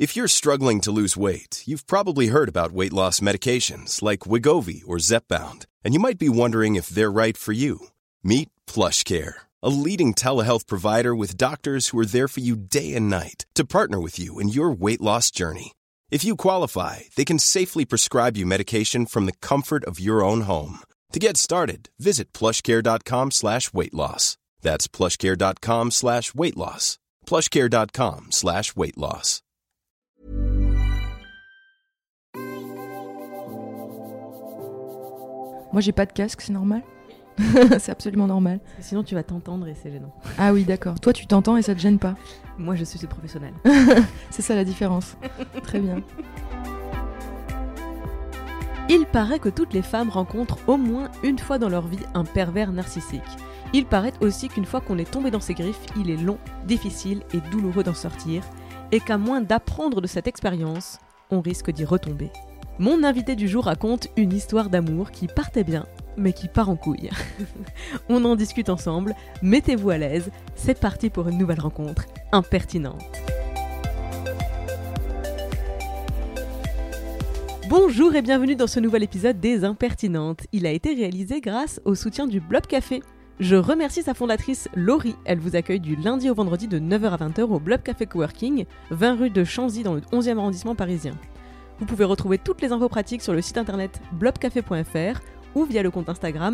If you're struggling to lose weight, you've probably heard about weight loss medications like Wegovy or Zepbound, and you might be wondering if they're right for you. Meet PlushCare, a leading telehealth provider with doctors who are there for you day and night to partner with you in your weight loss journey. If you qualify, they can safely prescribe you medication from the comfort of your own home. To get started, visit plushcare.com/weightloss. That's plushcare.com/weightloss. plushcare.com/weightloss. Moi, j'ai pas de casque, c'est normal. C'est absolument normal. Sinon, tu vas t'entendre et c'est gênant. Ah oui, d'accord. Toi, tu t'entends et ça te gêne pas. Moi, je suis ce professionnel. C'est ça la différence. Très bien. Il paraît que toutes les femmes rencontrent au moins une fois dans leur vie un pervers narcissique. Il paraît aussi qu'une fois qu'on est tombé dans ses griffes, il est long, difficile et douloureux d'en sortir, et qu'à moins d'apprendre de cette expérience, on risque d'y retomber. Mon invité du jour raconte une histoire d'amour qui partait bien, mais qui part en couille. On en discute ensemble, mettez-vous à l'aise, c'est parti pour une nouvelle rencontre impertinente. Bonjour et bienvenue dans ce nouvel épisode des Impertinentes. Il a été réalisé grâce au soutien du Blob Café. Je remercie sa fondatrice Laurie, elle vous accueille du lundi au vendredi de 9h à 20h au Blob Café Coworking, 20 rue de Chanzy dans le 11e arrondissement parisien. Vous pouvez retrouver toutes les infos pratiques sur le site internet blobcafé.fr ou via le compte Instagram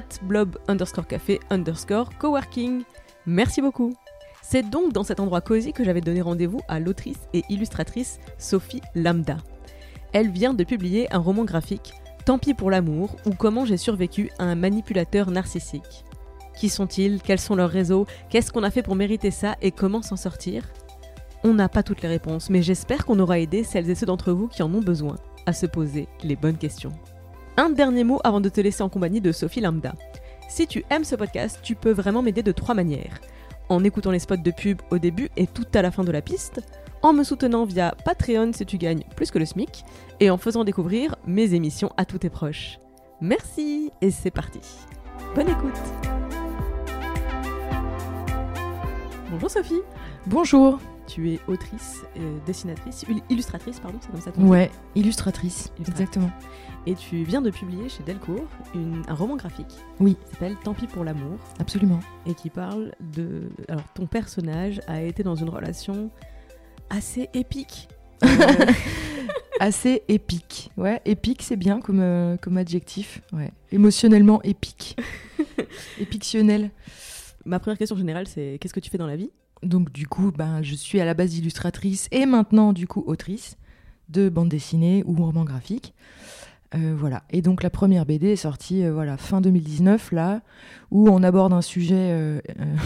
@blob_café_coworking. Merci beaucoup. C'est donc dans cet endroit cosy que j'avais donné rendez-vous à l'autrice et illustratrice Sophie Lambda. Elle vient de publier un roman graphique, Tant pis pour l'amour, ou Comment j'ai survécu à un manipulateur narcissique. Qui sont-ils ? Quels sont leurs réseaux ? Qu'est-ce qu'on a fait pour mériter ça et comment s'en sortir ? On n'a pas toutes les réponses, mais j'espère qu'on aura aidé celles et ceux d'entre vous qui en ont besoin à se poser les bonnes questions. Un dernier mot avant de te laisser en compagnie de Sophie Lambda. Si tu aimes ce podcast, tu peux vraiment m'aider de 3 manières. En écoutant les spots de pub au début et tout à la fin de la piste, en me soutenant via Patreon si tu gagnes plus que le SMIC, et en faisant découvrir mes émissions à tous tes proches. Merci, et c'est parti. Bonne écoute. Bonjour Sophie. Bonjour. Tu es autrice, dessinatrice, illustratrice, pardon, c'est comme ça qu'on dit. Ouais, illustratrice, exactement. Et tu viens de publier chez Delcourt un roman graphique. Oui. Qui s'appelle Tant pis pour l'amour. Absolument. Et qui parle de... Alors, ton personnage a été dans une relation assez épique. Assez épique. Ouais, épique, c'est bien comme adjectif. Ouais. Émotionnellement épique. Épictionnel. Ma première question générale, c'est qu'est-ce que tu fais dans la vie ? Donc du coup, je suis à la base illustratrice et maintenant du coup autrice de bande dessinée ou romans graphiques. Voilà. Et donc la première BD est sortie fin 2019 là, où on aborde un sujet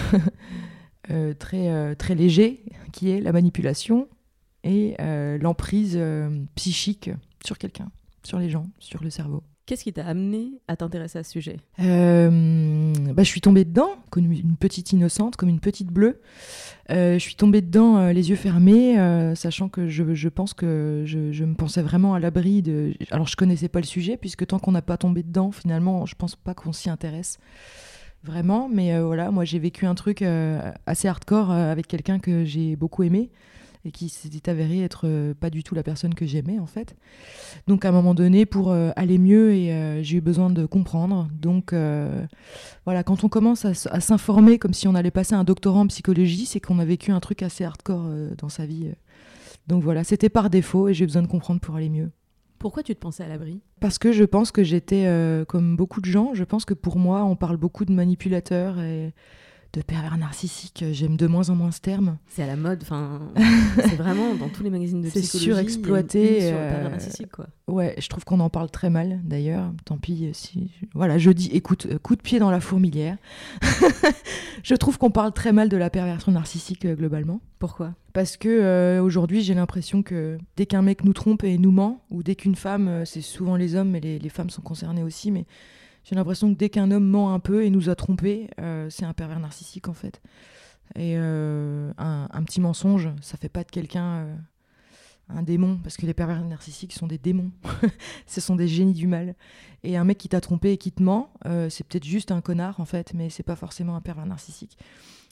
très léger, qui est la manipulation et l'emprise psychique sur quelqu'un, sur les gens, sur le cerveau. Qu'est-ce qui t'a amené à t'intéresser à ce sujet ? Je suis tombée dedans, comme une petite innocente, comme une petite bleue. Je suis tombée dedans les yeux fermés, sachant que je pense que je me pensais vraiment à l'abri de... Alors, je connaissais pas le sujet, puisque tant qu'on n'a pas tombé dedans, finalement, je pense pas qu'on s'y intéresse vraiment. Mais voilà, moi, j'ai vécu un truc assez hardcore avec quelqu'un que j'ai beaucoup aimé, et qui s'était avéré être pas du tout la personne que j'aimais en fait. Donc à un moment donné, pour aller mieux, j'ai eu besoin de comprendre. Donc voilà, quand on commence à s'informer comme si on allait passer un doctorat en psychologie, c'est qu'on a vécu un truc assez hardcore dans sa vie. Donc voilà, c'était par défaut et j'ai besoin de comprendre pour aller mieux. Pourquoi tu te pensais à l'abri ? Parce que je pense que j'étais, comme beaucoup de gens, je pense que pour moi, on parle beaucoup de manipulateurs et de pervers narcissiques, j'aime de moins en moins ce terme. C'est à la mode, c'est vraiment dans tous les magazines de psychologie. C'est surexploité. Sur le pervers narcissique, quoi. Ouais, je trouve qu'on en parle très mal, d'ailleurs. Tant pis si... Voilà, je dis, écoute, coup de pied dans la fourmilière. Je trouve qu'on parle très mal de la perversion narcissique, globalement. Pourquoi ? Parce que aujourd'hui, j'ai l'impression que dès qu'un mec nous trompe et nous ment, ou dès qu'une femme, c'est souvent les hommes, mais les femmes sont concernées aussi, mais j'ai l'impression que dès qu'un homme ment un peu et nous a trompés, c'est un pervers narcissique en fait. Et un petit mensonge, ça fait pas de quelqu'un un démon, parce que les pervers narcissiques sont des démons. Ce sont des génies du mal. Et un mec qui t'a trompé et qui te ment, c'est peut-être juste un connard en fait, mais c'est pas forcément un pervers narcissique.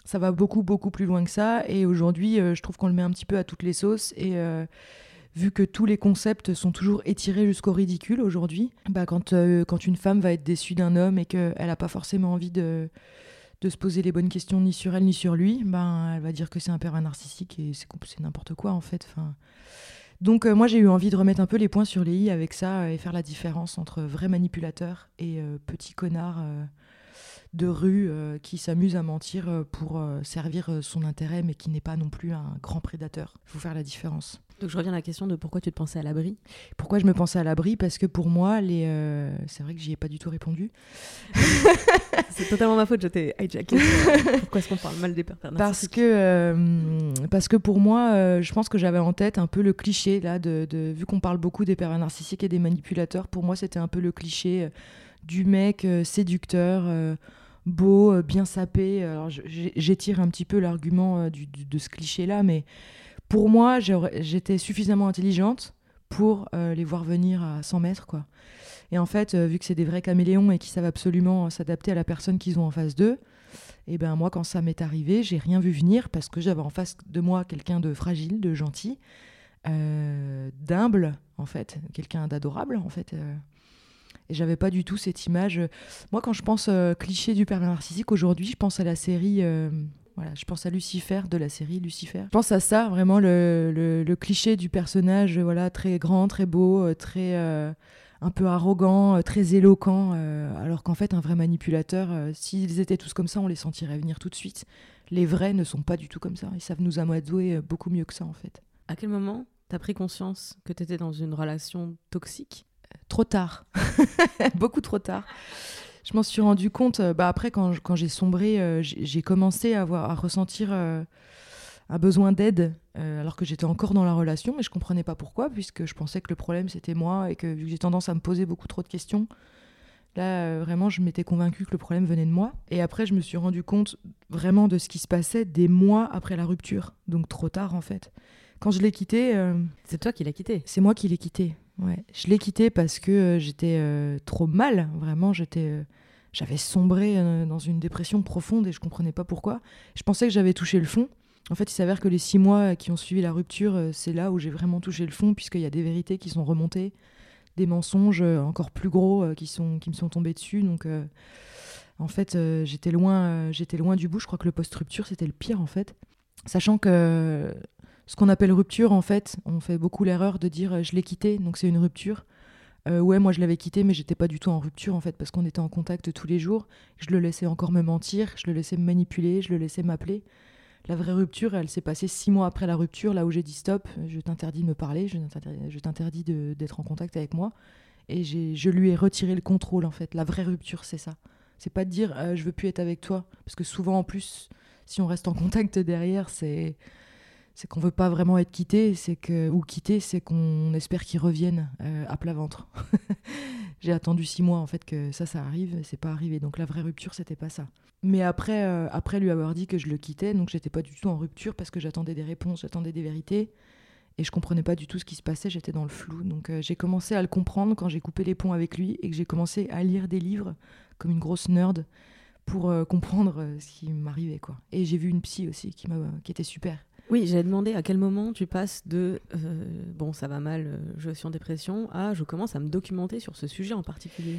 Ça va beaucoup, beaucoup plus loin que ça. Et aujourd'hui, je trouve qu'on le met un petit peu à toutes les sauces. Et vu que tous les concepts sont toujours étirés jusqu'au ridicule aujourd'hui, quand une femme va être déçue d'un homme et qu'elle n'a pas forcément envie de se poser les bonnes questions ni sur elle ni sur lui, elle va dire que c'est un pervers narcissique et c'est n'importe quoi en fait. Donc moi j'ai eu envie de remettre un peu les points sur les i avec ça et faire la différence entre vrai manipulateur et petit connard de rue qui s'amuse à mentir pour servir son intérêt mais qui n'est pas non plus un grand prédateur. Il faut faire la différence. Donc je reviens à la question de pourquoi tu te pensais à l'abri. Pourquoi je me pensais à l'abri ? Parce que pour moi, c'est vrai que j'y ai pas du tout répondu. C'est totalement ma faute, je t'ai hijacké. Pourquoi est-ce qu'on parle mal des pervers narcissiques ? Parce que pour moi, je pense que j'avais en tête un peu le cliché, là, vu qu'on parle beaucoup des pervers narcissiques et des manipulateurs, pour moi c'était un peu le cliché du mec séducteur, beau, bien sapé. Alors j'étire un petit peu l'argument de ce cliché-là, mais pour moi, j'étais suffisamment intelligente pour les voir venir à 100 mètres, quoi. Et en fait, vu que c'est des vrais caméléons et qui savent absolument s'adapter à la personne qu'ils ont en face d'eux, et ben moi, quand ça m'est arrivé, j'ai rien vu venir parce que j'avais en face de moi quelqu'un de fragile, de gentil, d'humble, en fait, quelqu'un d'adorable, en fait. Et j'avais pas du tout cette image. Moi, quand je pense cliché du pervers narcissique aujourd'hui, je pense à la série... Voilà, je pense à Lucifer, de la série Lucifer. Je pense à ça, vraiment, le cliché du personnage, voilà, très grand, très beau, très un peu arrogant, très éloquent, alors qu'en fait, un vrai manipulateur, s'ils étaient tous comme ça, on les sentirait venir tout de suite. Les vrais ne sont pas du tout comme ça. Ils savent nous amadouer beaucoup mieux que ça, en fait. À quel moment t'as pris conscience que t'étais dans une relation toxique ? Trop tard. Beaucoup trop tard. Je m'en suis rendu compte, après quand j'ai sombré, j'ai commencé à ressentir un besoin d'aide, alors que j'étais encore dans la relation, mais je comprenais pas pourquoi, puisque je pensais que le problème c'était moi, et que vu que j'ai tendance à me poser beaucoup trop de questions, là vraiment je m'étais convaincue que le problème venait de moi. Et après je me suis rendu compte vraiment de ce qui se passait des mois après la rupture, donc trop tard en fait. Quand je l'ai quitté... C'est toi qui l'as quitté ? C'est moi qui l'ai quitté. Ouais, je l'ai quitté parce que j'étais trop mal, vraiment, j'avais sombré dans une dépression profonde et je comprenais pas pourquoi. Je pensais que j'avais touché le fond. En fait, il s'avère que les 6 mois qui ont suivi la rupture, c'est là où j'ai vraiment touché le fond, puisqu'il y a des vérités qui sont remontées, des mensonges encore plus gros qui me sont tombés dessus. Donc, en fait, j'étais loin du bout. Je crois que le post-rupture, c'était le pire, en fait. Sachant que... Ce qu'on appelle rupture, en fait, on fait beaucoup l'erreur de dire je l'ai quitté, donc c'est une rupture. Ouais, moi je l'avais quitté, mais j'étais pas du tout en rupture, en fait, parce qu'on était en contact tous les jours. Je le laissais encore me mentir, je le laissais me manipuler, je le laissais m'appeler. La vraie rupture, elle s'est passée 6 mois après la rupture, là où j'ai dit stop, je t'interdis de me parler, je t'interdis d'être en contact avec moi. Et je lui ai retiré le contrôle, en fait. La vraie rupture, c'est ça. C'est pas de dire je veux plus être avec toi, parce que souvent, en plus, si on reste en contact derrière, c'est qu'on veut pas vraiment être quitté, c'est qu'on espère qu'il revienne à plat ventre. J'ai attendu 6 mois en fait que ça arrive, c'est pas arrivé. Donc la vraie rupture, c'était pas ça. Mais après lui avoir dit que je le quittais, donc j'étais pas du tout en rupture parce que j'attendais des réponses, j'attendais des vérités et je comprenais pas du tout ce qui se passait, j'étais dans le flou. Donc j'ai commencé à le comprendre quand j'ai coupé les ponts avec lui et que j'ai commencé à lire des livres comme une grosse nerd pour comprendre ce qui m'arrivait, quoi. Et j'ai vu une psy aussi qui était super. Oui, j'allais demander à quel moment tu passes de bon, ça va mal, je suis en dépression, à je commence à me documenter sur ce sujet en particulier.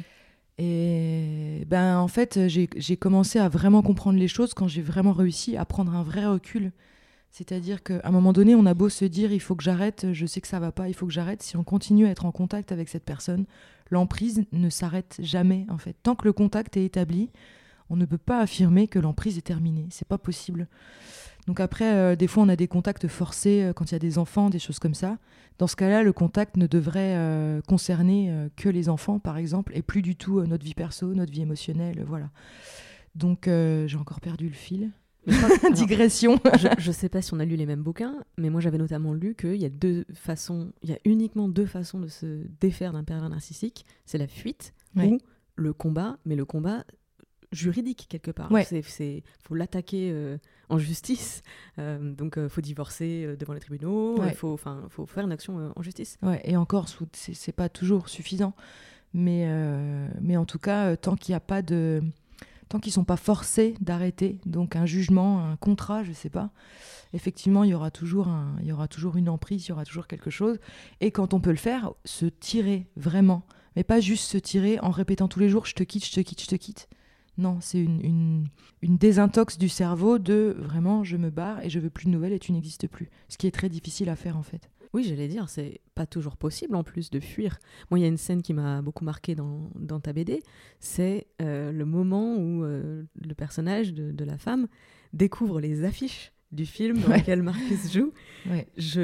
Et en fait, j'ai commencé à vraiment comprendre les choses quand j'ai vraiment réussi à prendre un vrai recul. C'est-à-dire qu'à un moment donné, on a beau se dire il faut que j'arrête, je sais que ça va pas, il faut que j'arrête. Si on continue à être en contact avec cette personne, l'emprise ne s'arrête jamais, en fait. Tant que le contact est établi, on ne peut pas affirmer que l'emprise est terminée. C'est pas possible. Donc après, des fois, on a des contacts forcés quand il y a des enfants, des choses comme ça. Dans ce cas-là, le contact ne devrait concerner que les enfants, par exemple, et plus du tout notre vie perso, notre vie émotionnelle, voilà. Donc, j'ai encore perdu le fil. Digression. Je sais pas si on a lu les mêmes bouquins, mais moi, j'avais notamment lu qu'il y a uniquement 2 façons de se défaire d'un pervers narcissique. C'est la fuite ou le combat, mais le combat juridique quelque part. Ouais. Faut l'attaquer en justice, donc faut divorcer devant les tribunaux, il faut faire une action en justice. Ouais, et encore, c'est pas toujours suffisant, mais en tout cas, tant qu'il n'y a pas de tant qu'ils sont pas forcés d'arrêter, donc un jugement, un contrat, je sais pas, effectivement, il y aura toujours une emprise, il y aura toujours quelque chose. Et quand on peut le faire, se tirer vraiment, mais pas juste se tirer en répétant tous les jours, je te quitte, je te quitte, je te quitte. Non, c'est une désintox du cerveau de vraiment, je me barre et je veux plus de nouvelles et tu n'existes plus. Ce qui est très difficile à faire en fait. Oui, j'allais dire, c'est pas toujours possible en plus de fuir. Moi, il y a une scène qui m'a beaucoup marquée dans ta BD, c'est le moment où le personnage de la femme découvre les affiches du film dans lequel Marcus joue. Ouais.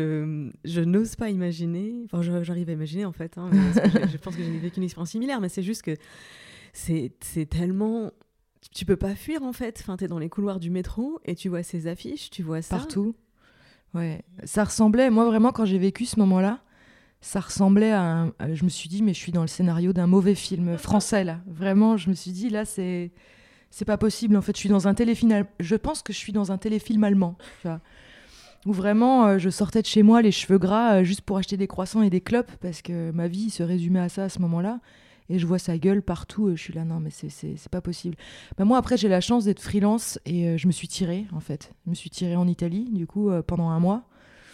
Je n'ose pas imaginer, enfin j'arrive à imaginer en fait, hein, parce que je pense que j'ai vécu une expérience similaire, mais c'est juste que c'est tellement... Tu peux pas fuir en fait, enfin, t'es dans les couloirs du métro et tu vois ces affiches, tu vois ça. Partout. Ouais. Ça ressemblait, moi vraiment quand j'ai vécu ce moment-là, ça ressemblait je me suis dit mais je suis dans le scénario d'un mauvais film français là. Vraiment, je me suis dit là c'est pas possible en fait, je pense que je suis dans un téléfilm allemand, tu vois. Où vraiment je sortais de chez moi les cheveux gras juste pour acheter des croissants et des clopes parce que ma vie se résumait à ça à ce moment-là. Et je vois sa gueule partout, je suis là, non mais c'est pas possible. Bah, moi après j'ai la chance d'être freelance et je me suis tirée en fait. Je me suis tirée en Italie du coup pendant 1 mois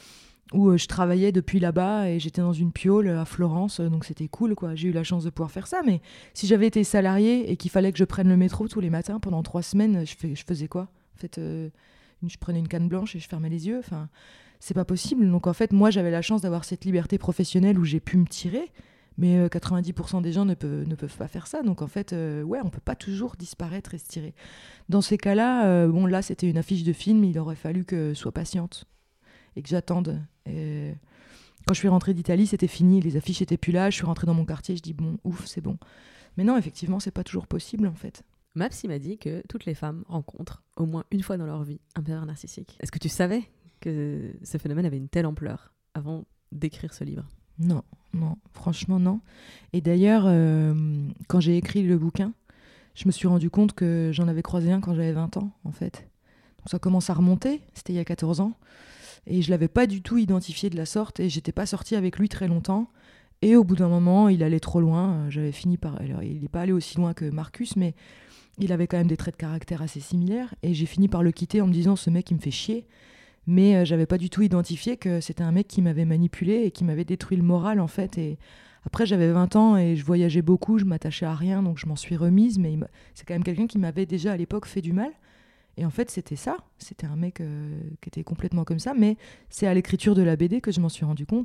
où je travaillais depuis là-bas et j'étais dans une piole à Florence, donc c'était cool quoi. J'ai eu la chance de pouvoir faire ça, mais si j'avais été salariée et qu'il fallait que je prenne le métro tous les matins pendant 3 semaines, je faisais quoi en fait je prenais une canne blanche et je fermais les yeux, enfin c'est pas possible. Donc en fait moi j'avais la chance d'avoir cette liberté professionnelle où j'ai pu me tirer. Mais 90% des gens ne peuvent pas faire ça. Donc en fait, ouais, on peut pas toujours disparaître et se tirer. Dans ces cas-là, bon là c'était une affiche de film, il aurait fallu que je sois patiente et que j'attende. Et quand je suis rentrée d'Italie, c'était fini, les affiches étaient plus là, je suis rentrée dans mon quartier, je dis bon, ouf, c'est bon. Mais non, effectivement, c'est pas toujours possible en fait. Maps, il m'a dit que toutes les femmes rencontrent au moins une fois dans leur vie un pervers narcissique. Est-ce que tu savais que ce phénomène avait une telle ampleur avant d'écrire ce livre ? Non, franchement non. Et d'ailleurs, quand j'ai écrit le bouquin, je me suis rendu compte que j'en avais croisé un quand j'avais 20 ans, en fait. Donc ça commence à remonter, c'était il y a 14 ans. Et je l'avais pas du tout identifié de la sorte et j'étais pas sortie avec lui très longtemps. Et au bout d'un moment, il allait trop loin. J'avais fini par... Alors, il n'est pas allé aussi loin que Marcus, mais il avait quand même des traits de caractère assez similaires. Et j'ai fini par le quitter en me disant, ce mec, il me fait chier. Mais j'avais pas du tout identifié que c'était un mec qui m'avait manipulé et qui m'avait détruit le moral en fait. Et après j'avais 20 ans et je voyageais beaucoup, je m'attachais à rien, donc je m'en suis remise. Mais c'est quand même quelqu'un qui m'avait déjà à l'époque fait du mal. Et en fait c'était ça, c'était un mec qui était complètement comme ça. Mais c'est à l'écriture de la BD que je m'en suis rendu compte.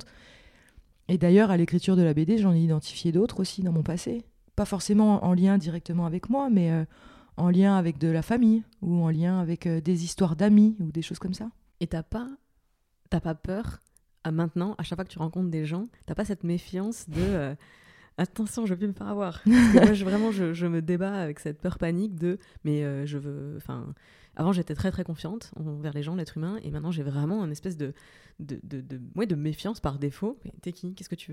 Et d'ailleurs à l'écriture de la BD j'en ai identifié d'autres aussi dans mon passé. Pas forcément en lien directement avec moi, mais en lien avec de la famille ou en lien avec des histoires d'amis ou des choses comme ça. Et t'as pas peur maintenant, à chaque fois que tu rencontres des gens, t'as pas cette méfiance de attention, je vais plus me faire avoir. Parce que moi, je me débat avec cette peur panique de mais je veux. Enfin, avant j'étais très très confiante envers les gens, l'être humain, et maintenant j'ai vraiment une espèce de méfiance par défaut. Mais t'es qui ? Qu'est-ce que tu veux ?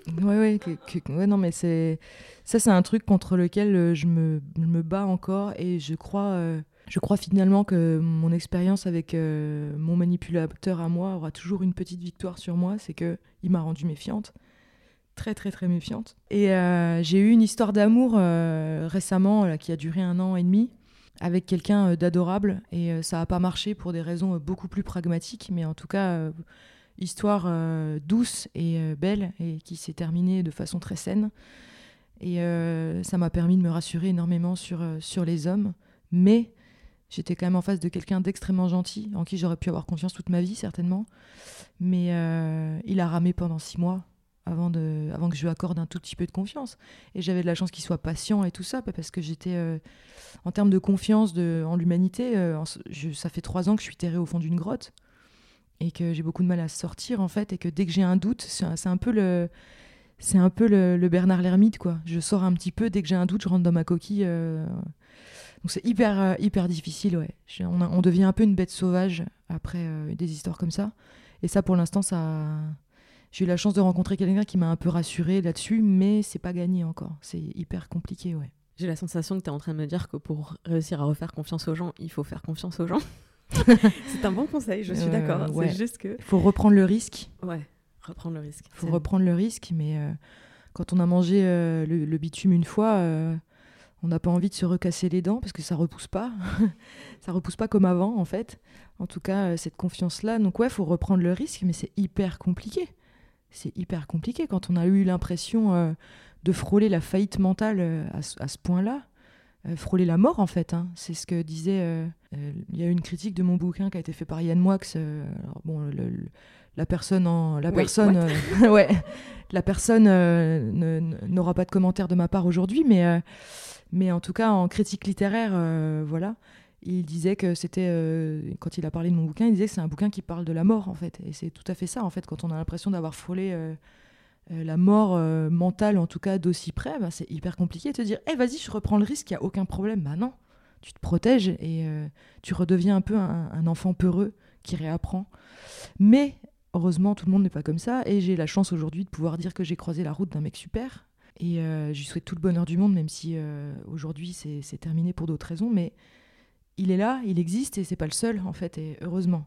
Ouais, non, mais c'est un truc contre lequel je me bats encore et je crois finalement que mon expérience avec mon manipulateur à moi aura toujours une petite victoire sur moi, c'est qu'il m'a rendue méfiante, très très très méfiante. Et j'ai eu une histoire d'amour récemment là, qui a duré 1 an et demi avec quelqu'un d'adorable et ça n'a pas marché pour des raisons beaucoup plus pragmatiques, mais en tout cas histoire douce et belle et qui s'est terminée de façon très saine. Et ça m'a permis de me rassurer énormément sur les hommes, mais j'étais quand même en face de quelqu'un d'extrêmement gentil, en qui j'aurais pu avoir confiance toute ma vie, certainement. Mais il a ramé pendant 6 mois avant que je lui accorde un tout petit peu de confiance. Et j'avais de la chance qu'il soit patient et tout ça, parce que j'étais, en termes de confiance en l'humanité, ça fait 3 ans que je suis terrée au fond d'une grotte et que j'ai beaucoup de mal à sortir, en fait, et que dès que j'ai un doute, c'est un peu le Bernard l'ermite, quoi. Je sors un petit peu, dès que j'ai un doute, je rentre dans ma coquille... Donc c'est hyper difficile, ouais. On devient un peu une bête sauvage après des histoires comme ça. Et ça, pour l'instant, j'ai eu la chance de rencontrer quelqu'un qui m'a un peu rassurée là-dessus, mais c'est pas gagné encore. C'est hyper compliqué, ouais. J'ai la sensation que tu es en train de me dire que pour réussir à refaire confiance aux gens, il faut faire confiance aux gens. C'est un bon conseil, je suis d'accord. Ouais. C'est juste que... Il faut reprendre le risque. Ouais, reprendre le risque. Il faut reprendre le risque, mais quand on a mangé le bitume une fois... On n'a pas envie de se recasser les dents parce que ça repousse pas. Ça repousse pas comme avant, en fait. En tout cas, cette confiance-là. Donc ouais, il faut reprendre le risque, mais c'est hyper compliqué. C'est hyper compliqué quand on a eu l'impression de frôler la faillite mentale à ce point-là. Frôler la mort, en fait. Hein. C'est ce que disait... Il y a eu une critique de mon bouquin qui a été fait par Yann Moix. Alors, bon, la personne ouais, la personne n'aura pas de commentaire de ma part aujourd'hui, mais en tout cas en critique littéraire, voilà, il disait que c'était quand il a parlé de mon bouquin, il disait que c'est un bouquin qui parle de la mort, en fait, et c'est tout à fait ça, en fait, quand on a l'impression d'avoir frôlé la mort mentale, en tout cas d'aussi près, bah, c'est hyper compliqué de te dire vas-y, je reprends le risque, il n'y a aucun problème. Bah non, tu te protèges et tu redeviens un peu un enfant peureux qui réapprend. Mais heureusement, tout le monde n'est pas comme ça, et j'ai la chance aujourd'hui de pouvoir dire que j'ai croisé la route d'un mec super, et je lui souhaite tout le bonheur du monde, même si aujourd'hui c'est terminé pour d'autres raisons, mais il est là, il existe, et c'est pas le seul, en fait, et heureusement.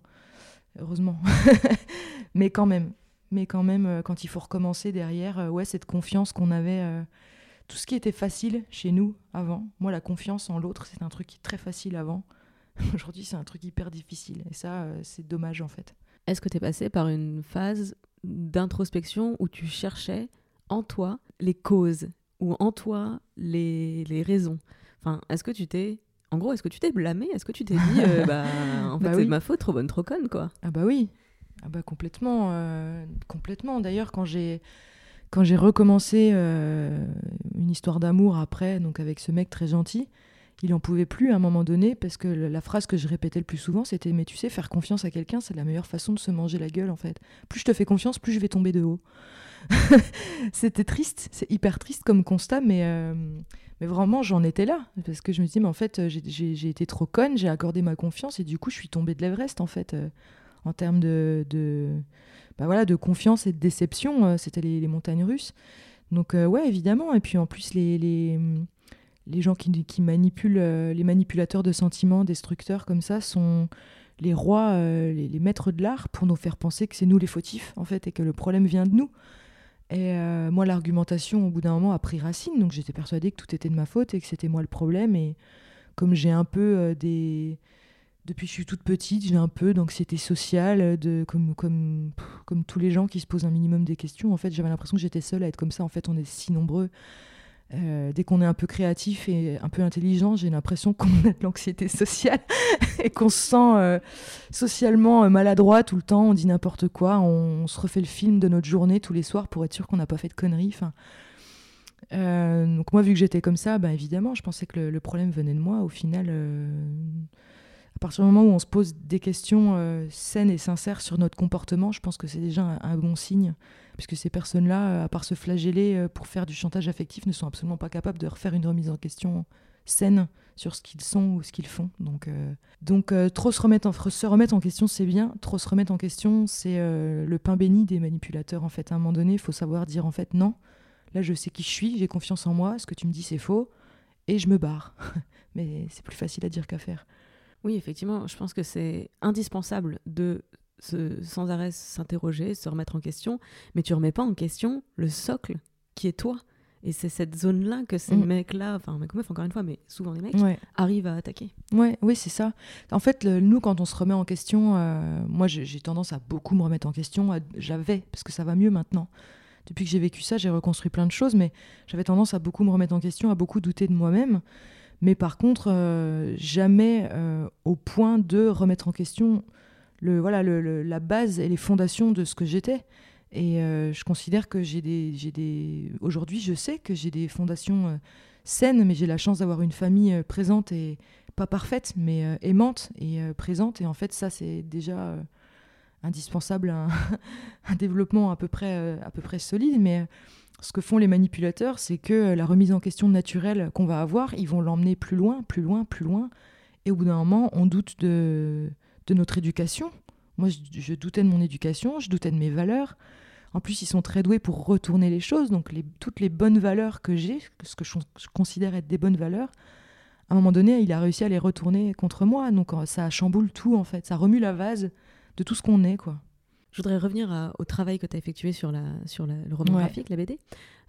mais quand même, quand il faut recommencer derrière, cette confiance qu'on avait, tout ce qui était facile chez nous avant, moi la confiance en l'autre, c'est un truc qui est très facile avant, aujourd'hui c'est un truc hyper difficile, et ça c'est dommage, en fait. Est-ce que tu es passé par une phase d'introspection où tu cherchais en toi les causes ou en toi les raisons? Enfin, est-ce que tu t'es blâmé? Est-ce que tu t'es dit en fait c'est de ma faute, trop bonne, trop conne, quoi? Ah bah oui, complètement. D'ailleurs, quand j'ai recommencé une histoire d'amour après, donc avec ce mec très gentil, il en pouvait plus à un moment donné, parce que la phrase que je répétais le plus souvent, c'était « Mais tu sais, faire confiance à quelqu'un, c'est la meilleure façon de se manger la gueule, en fait. Plus je te fais confiance, plus je vais tomber de haut. » C'était triste, c'est hyper triste comme constat, mais vraiment, j'en étais là. Parce que je me disais, mais en fait, j'ai été trop conne, j'ai accordé ma confiance, et du coup, je suis tombée de l'Everest, en fait. En termes de confiance et de déception, c'était les montagnes russes. Donc, ouais, évidemment. Et puis, en plus, les gens qui manipulent, les manipulateurs de sentiments, destructeurs comme ça, sont les rois, les maîtres de l'art, pour nous faire penser que c'est nous les fautifs, en fait, et que le problème vient de nous. Et moi, l'argumentation, au bout d'un moment, a pris racine, donc j'étais persuadée que tout était de ma faute et que c'était moi le problème. Et comme j'ai un peu depuis que je suis toute petite, j'ai un peu d'anxiété sociale, comme tous les gens qui se posent un minimum des questions. En fait, j'avais l'impression que j'étais seule à être comme ça. En fait, on est si nombreux. Dès qu'on est un peu créatif et un peu intelligent, j'ai l'impression qu'on a de l'anxiété sociale et qu'on se sent socialement maladroit tout le temps. On dit n'importe quoi, on se refait le film de notre journée tous les soirs pour être sûr qu'on n'a pas fait de conneries. Donc moi, vu que j'étais comme ça, évidemment, je pensais que le problème venait de moi. Au final, à partir du moment où on se pose des questions saines et sincères sur notre comportement, je pense que c'est déjà un bon signe. Puisque ces personnes-là, à part se flageller pour faire du chantage affectif, ne sont absolument pas capables de refaire une remise en question saine sur ce qu'ils sont ou ce qu'ils font. Donc trop se remettre en question, c'est bien. Trop se remettre en question, c'est le pain béni des manipulateurs. En fait, à un moment donné, il faut savoir dire, en fait, non, là, je sais qui je suis, j'ai confiance en moi, ce que tu me dis, c'est faux, et je me barre. Mais c'est plus facile à dire qu'à faire. Oui, effectivement, je pense que c'est indispensable de sans arrêt s'interroger, se remettre en question, mais tu remets pas en question le socle qui est toi. Et c'est cette zone-là que ces mecs-là, enfin mecs ou meufs encore une fois, mais souvent les mecs, arrivent à attaquer. Oui, c'est ça. En fait, nous, quand on se remet en question, moi j'ai tendance à beaucoup me remettre en question, parce que ça va mieux maintenant. Depuis que j'ai vécu ça, j'ai reconstruit plein de choses, mais j'avais tendance à beaucoup me remettre en question, à beaucoup douter de moi-même. Mais par contre, jamais au point de remettre en question la base et les fondations de ce que j'étais. Et je considère que aujourd'hui, je sais que j'ai des fondations saines, mais j'ai la chance d'avoir une famille présente et pas parfaite, mais aimante et présente. Et en fait, ça, c'est déjà indispensable à un développement à peu près solide. Mais ce que font les manipulateurs, c'est que la remise en question naturelle qu'on va avoir, ils vont l'emmener plus loin. Et au bout d'un moment, on doute de notre éducation. Moi, je doutais de mon éducation, je doutais de mes valeurs. En plus, ils sont très doués pour retourner les choses. Donc, toutes les bonnes valeurs que j'ai, ce que je considère être des bonnes valeurs, à un moment donné, il a réussi à les retourner contre moi. Donc, ça chamboule tout, en fait. Ça remue la vase de tout ce qu'on est, quoi. Je voudrais revenir au travail que tu as effectué sur le roman graphique, la BD.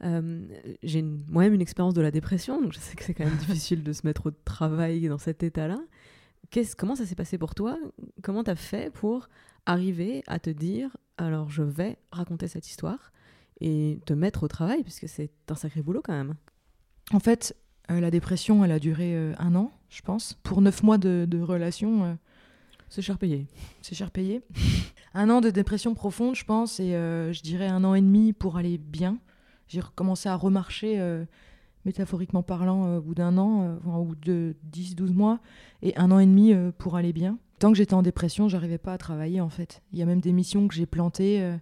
J'ai moi-même une expérience de la dépression, donc je sais que c'est quand même difficile de se mettre au travail dans cet état-là. Comment ça s'est passé pour toi ? Comment tu as fait pour arriver à te dire « alors je vais raconter cette histoire » et te mettre au travail, puisque c'est un sacré boulot quand même. En fait, la dépression, elle a duré 1 an, je pense. Pour 9 mois de relation... C'est cher payé. C'est cher payé. 1 an de dépression profonde, je pense, et je dirais 1 an et demi pour aller bien. J'ai recommencé à remarcher, métaphoriquement parlant, au bout d'1 an, au bout de 10-12 mois, et 1 an et demi pour aller bien. Tant que j'étais en dépression, j'arrivais pas à travailler, en fait. Il y a même des missions que j'ai plantées,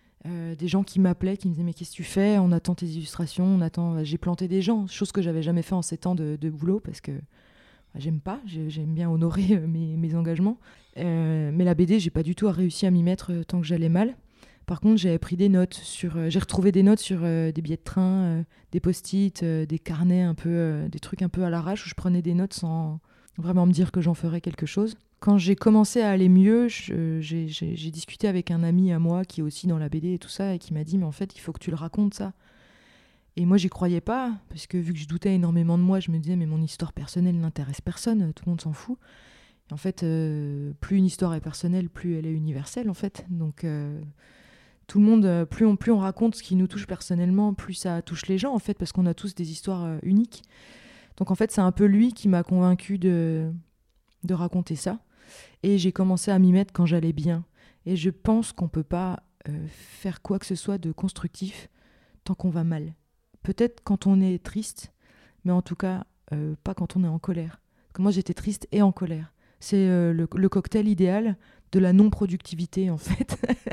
des gens qui m'appelaient, qui me disaient « mais qu'est-ce que tu fais ? On attend tes illustrations, J'ai planté des gens, chose que j'avais jamais fait en 7 ans de boulot, parce que j'aime bien honorer mes engagements. Mais la BD, j'ai pas du tout réussi à m'y mettre tant que j'allais mal. Par contre, j'avais pris des notes j'ai retrouvé des notes sur des billets de train, des post-it, des carnets un peu, des trucs un peu à l'arrache où je prenais des notes sans vraiment me dire que j'en ferais quelque chose. Quand j'ai commencé à aller mieux, j'ai discuté avec un ami à moi qui est aussi dans la BD et tout ça, et qui m'a dit « mais en fait, il faut que tu le racontes, ça ». Et moi, j'y croyais pas, parce que vu que je doutais énormément de moi, je me disais « mais mon histoire personnelle n'intéresse personne, tout le monde s'en fout ». Et en fait, plus une histoire est personnelle, plus elle est universelle, en fait. Donc, tout le monde, plus on raconte ce qui nous touche personnellement, plus ça touche les gens, en fait, parce qu'on a tous des histoires uniques. Donc, en fait, c'est un peu lui qui m'a convaincue de raconter ça. Et j'ai commencé à m'y mettre quand j'allais bien. Et je pense qu'on peut pas faire quoi que ce soit de constructif tant qu'on va mal. Peut-être quand on est triste, mais en tout cas, pas quand on est en colère. Parce que moi, j'étais triste et en colère. C'est le cocktail idéal de la non-productivité, en fait.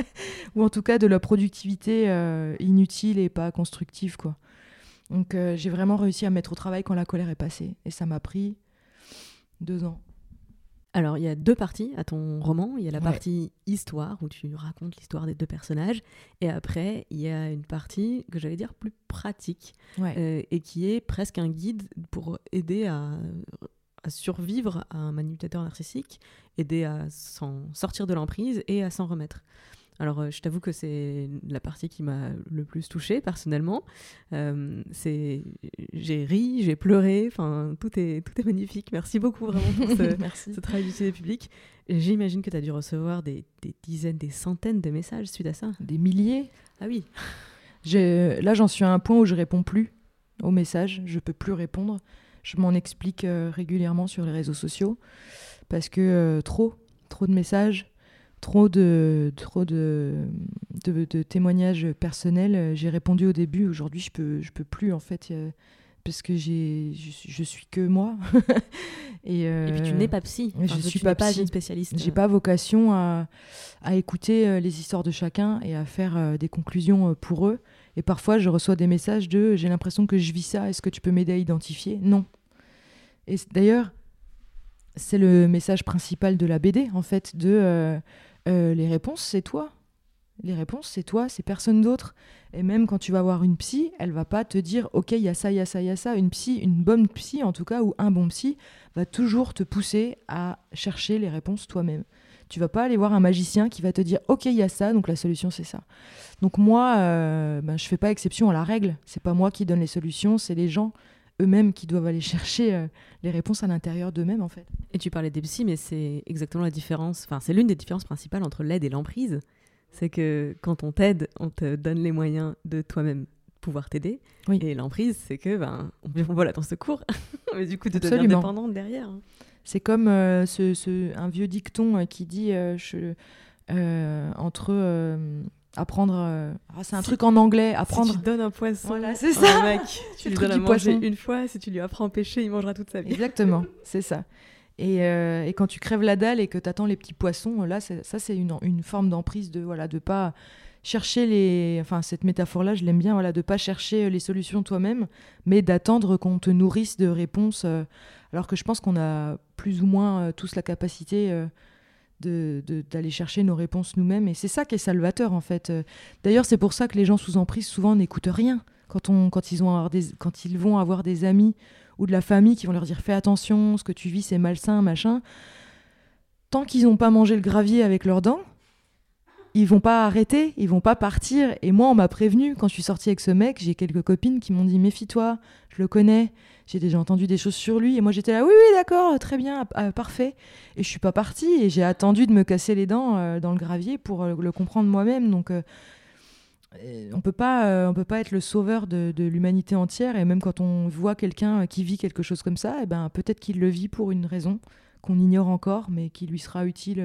Ou en tout cas, de la productivité inutile et pas constructive, quoi. Donc, j'ai vraiment réussi à me mettre au travail quand la colère est passée. Et ça m'a pris 2 ans. Alors, il y a 2 parties à ton roman. Il y a la partie histoire, où tu racontes l'histoire des 2 personnages. Et après, il y a une partie que j'allais dire plus pratique, et qui est presque un guide pour aider à survivre à un manipulateur narcissique, aider à s'en sortir de l'emprise et à s'en remettre. Alors, je t'avoue que c'est la partie qui m'a le plus touchée, personnellement. J'ai ri, j'ai pleuré, enfin, tout est magnifique. Merci beaucoup, vraiment, pour ce travail d'utilité publique. J'imagine que tu as dû recevoir des dizaines, des centaines de messages suite à ça. Des milliers. Ah oui. Là, j'en suis à un point où je réponds plus aux messages. Je peux plus répondre. Je m'en explique régulièrement sur les réseaux sociaux parce que trop de messages, trop de témoignages personnels. J'ai répondu au début. Aujourd'hui, je peux plus, en fait, parce que je suis que moi. Et puis tu n'es pas psy. Je suis pas psy. Une spécialiste. J'ai pas vocation à écouter les histoires de chacun et à faire des conclusions pour eux. Et parfois, je reçois des messages de « j'ai l'impression que je vis ça, est-ce que tu peux m'aider à identifier ?» Non. Et d'ailleurs, c'est le message principal de la BD, en fait, les réponses, c'est toi. Les réponses, c'est toi, c'est personne d'autre. Et même quand tu vas voir une psy, elle va pas te dire « ok, il y a ça, il y a ça, il y a ça ». Une bonne psy, en tout cas, ou un bon psy, va toujours te pousser à chercher les réponses toi-même. Tu vas pas aller voir un magicien qui va te dire « ok, il y a ça, donc la solution, c'est ça ». Donc moi, je fais pas exception à la règle. C'est pas moi qui donne les solutions, c'est les gens eux-mêmes qui doivent aller chercher les réponses à l'intérieur d'eux-mêmes, en fait. Et tu parlais des psys, mais c'est exactement la différence. Enfin, c'est l'une des différences principales entre l'aide et l'emprise. C'est que quand on t'aide, on te donne les moyens de toi-même pouvoir t'aider. Oui. Et l'emprise, c'est que on vole à ton secours, mais du coup, tu deviens dépendante derrière. C'est comme un vieux dicton qui dit apprendre... c'est un truc en anglais, apprendre... Si tu donnes un poisson voilà, c'est ça. Un mec, tu lui donnes à manger une fois, si tu lui apprends à pêcher, il mangera toute sa vie. Exactement, c'est ça. Et quand tu crèves la dalle et que tu attends les petits poissons, là, ça c'est une forme d'emprise de pas chercher cette métaphore-là, je l'aime bien, de pas chercher les solutions toi-même, mais d'attendre qu'on te nourrisse de réponses, alors que je pense qu'on a plus ou moins tous la capacité d'aller chercher nos réponses nous-mêmes, et c'est ça qui est salvateur, en fait. D'ailleurs, c'est pour ça que les gens sous emprise, souvent, n'écoutent rien. Quand ils vont avoir des amis ou de la famille qui vont leur dire « fais attention, ce que tu vis, c'est malsain, machin », tant qu'ils n'ont pas mangé le gravier avec leurs dents, ils vont pas arrêter, ils vont pas partir. Et moi, on m'a prévenu, quand je suis sortie avec ce mec, j'ai quelques copines qui m'ont dit « Méfie-toi, je le connais, j'ai déjà entendu des choses sur lui. » Et moi, j'étais là « Oui, d'accord, très bien, parfait. » Et je suis pas partie et j'ai attendu de me casser les dents dans le gravier pour le comprendre moi-même. Donc, on peut pas être le sauveur de l'humanité entière. Et même quand on voit quelqu'un qui vit quelque chose comme ça, peut-être qu'il le vit pour une raison qu'on ignore encore, mais qui lui sera utile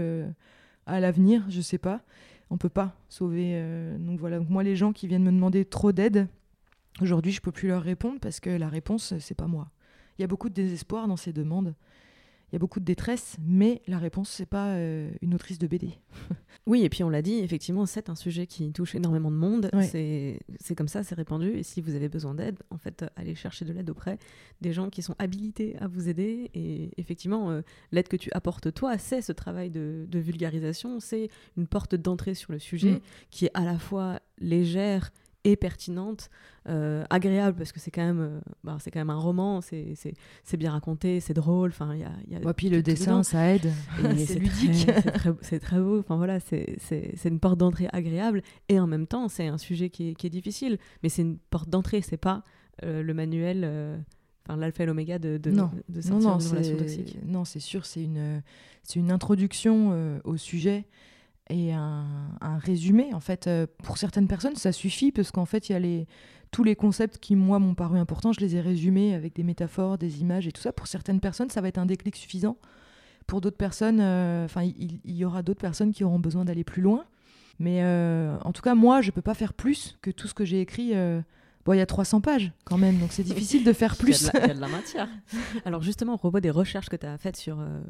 à l'avenir, je sais pas. On peut pas sauver. Donc voilà. Donc moi, les gens qui viennent me demander trop d'aide, aujourd'hui, je peux plus leur répondre parce que la réponse, c'est pas moi. Il y a beaucoup de désespoir dans ces demandes. Il y a beaucoup de détresse, mais la réponse, c'est pas une autrice de BD. Oui, et puis on l'a dit, effectivement, c'est un sujet qui touche énormément de monde. Ouais. C'est comme ça, c'est répandu. Et si vous avez besoin d'aide, en fait, allez chercher de l'aide auprès des gens qui sont habilités à vous aider. Et effectivement, l'aide que tu apportes toi, c'est ce travail de vulgarisation. C'est une porte d'entrée sur le sujet qui est à la fois légère et pertinente, agréable, parce que c'est quand même un roman, c'est bien raconté, c'est drôle, enfin il y a puis le dessin ça aide, c'est ludique, c'est très beau, enfin voilà, c'est une porte d'entrée agréable, et en même temps c'est un sujet qui est difficile, mais c'est une porte d'entrée, c'est pas le manuel, l'alpha et l'oméga de sortir d'une relation toxique. Non, c'est sûr, c'est une introduction au sujet et un résumé. En fait, pour certaines personnes, ça suffit parce qu'en fait, il y a tous les concepts qui, moi, m'ont paru importants, je les ai résumés avec des métaphores, des images et tout ça. Pour certaines personnes, ça va être un déclic suffisant. Pour d'autres personnes, il y aura d'autres personnes qui auront besoin d'aller plus loin. Mais en tout cas, moi, je peux pas faire plus que tout ce que j'ai écrit. Il y a 300 pages quand même, donc c'est difficile de faire plus. Il y a de la matière. Alors justement, au propos des recherches que tu as faites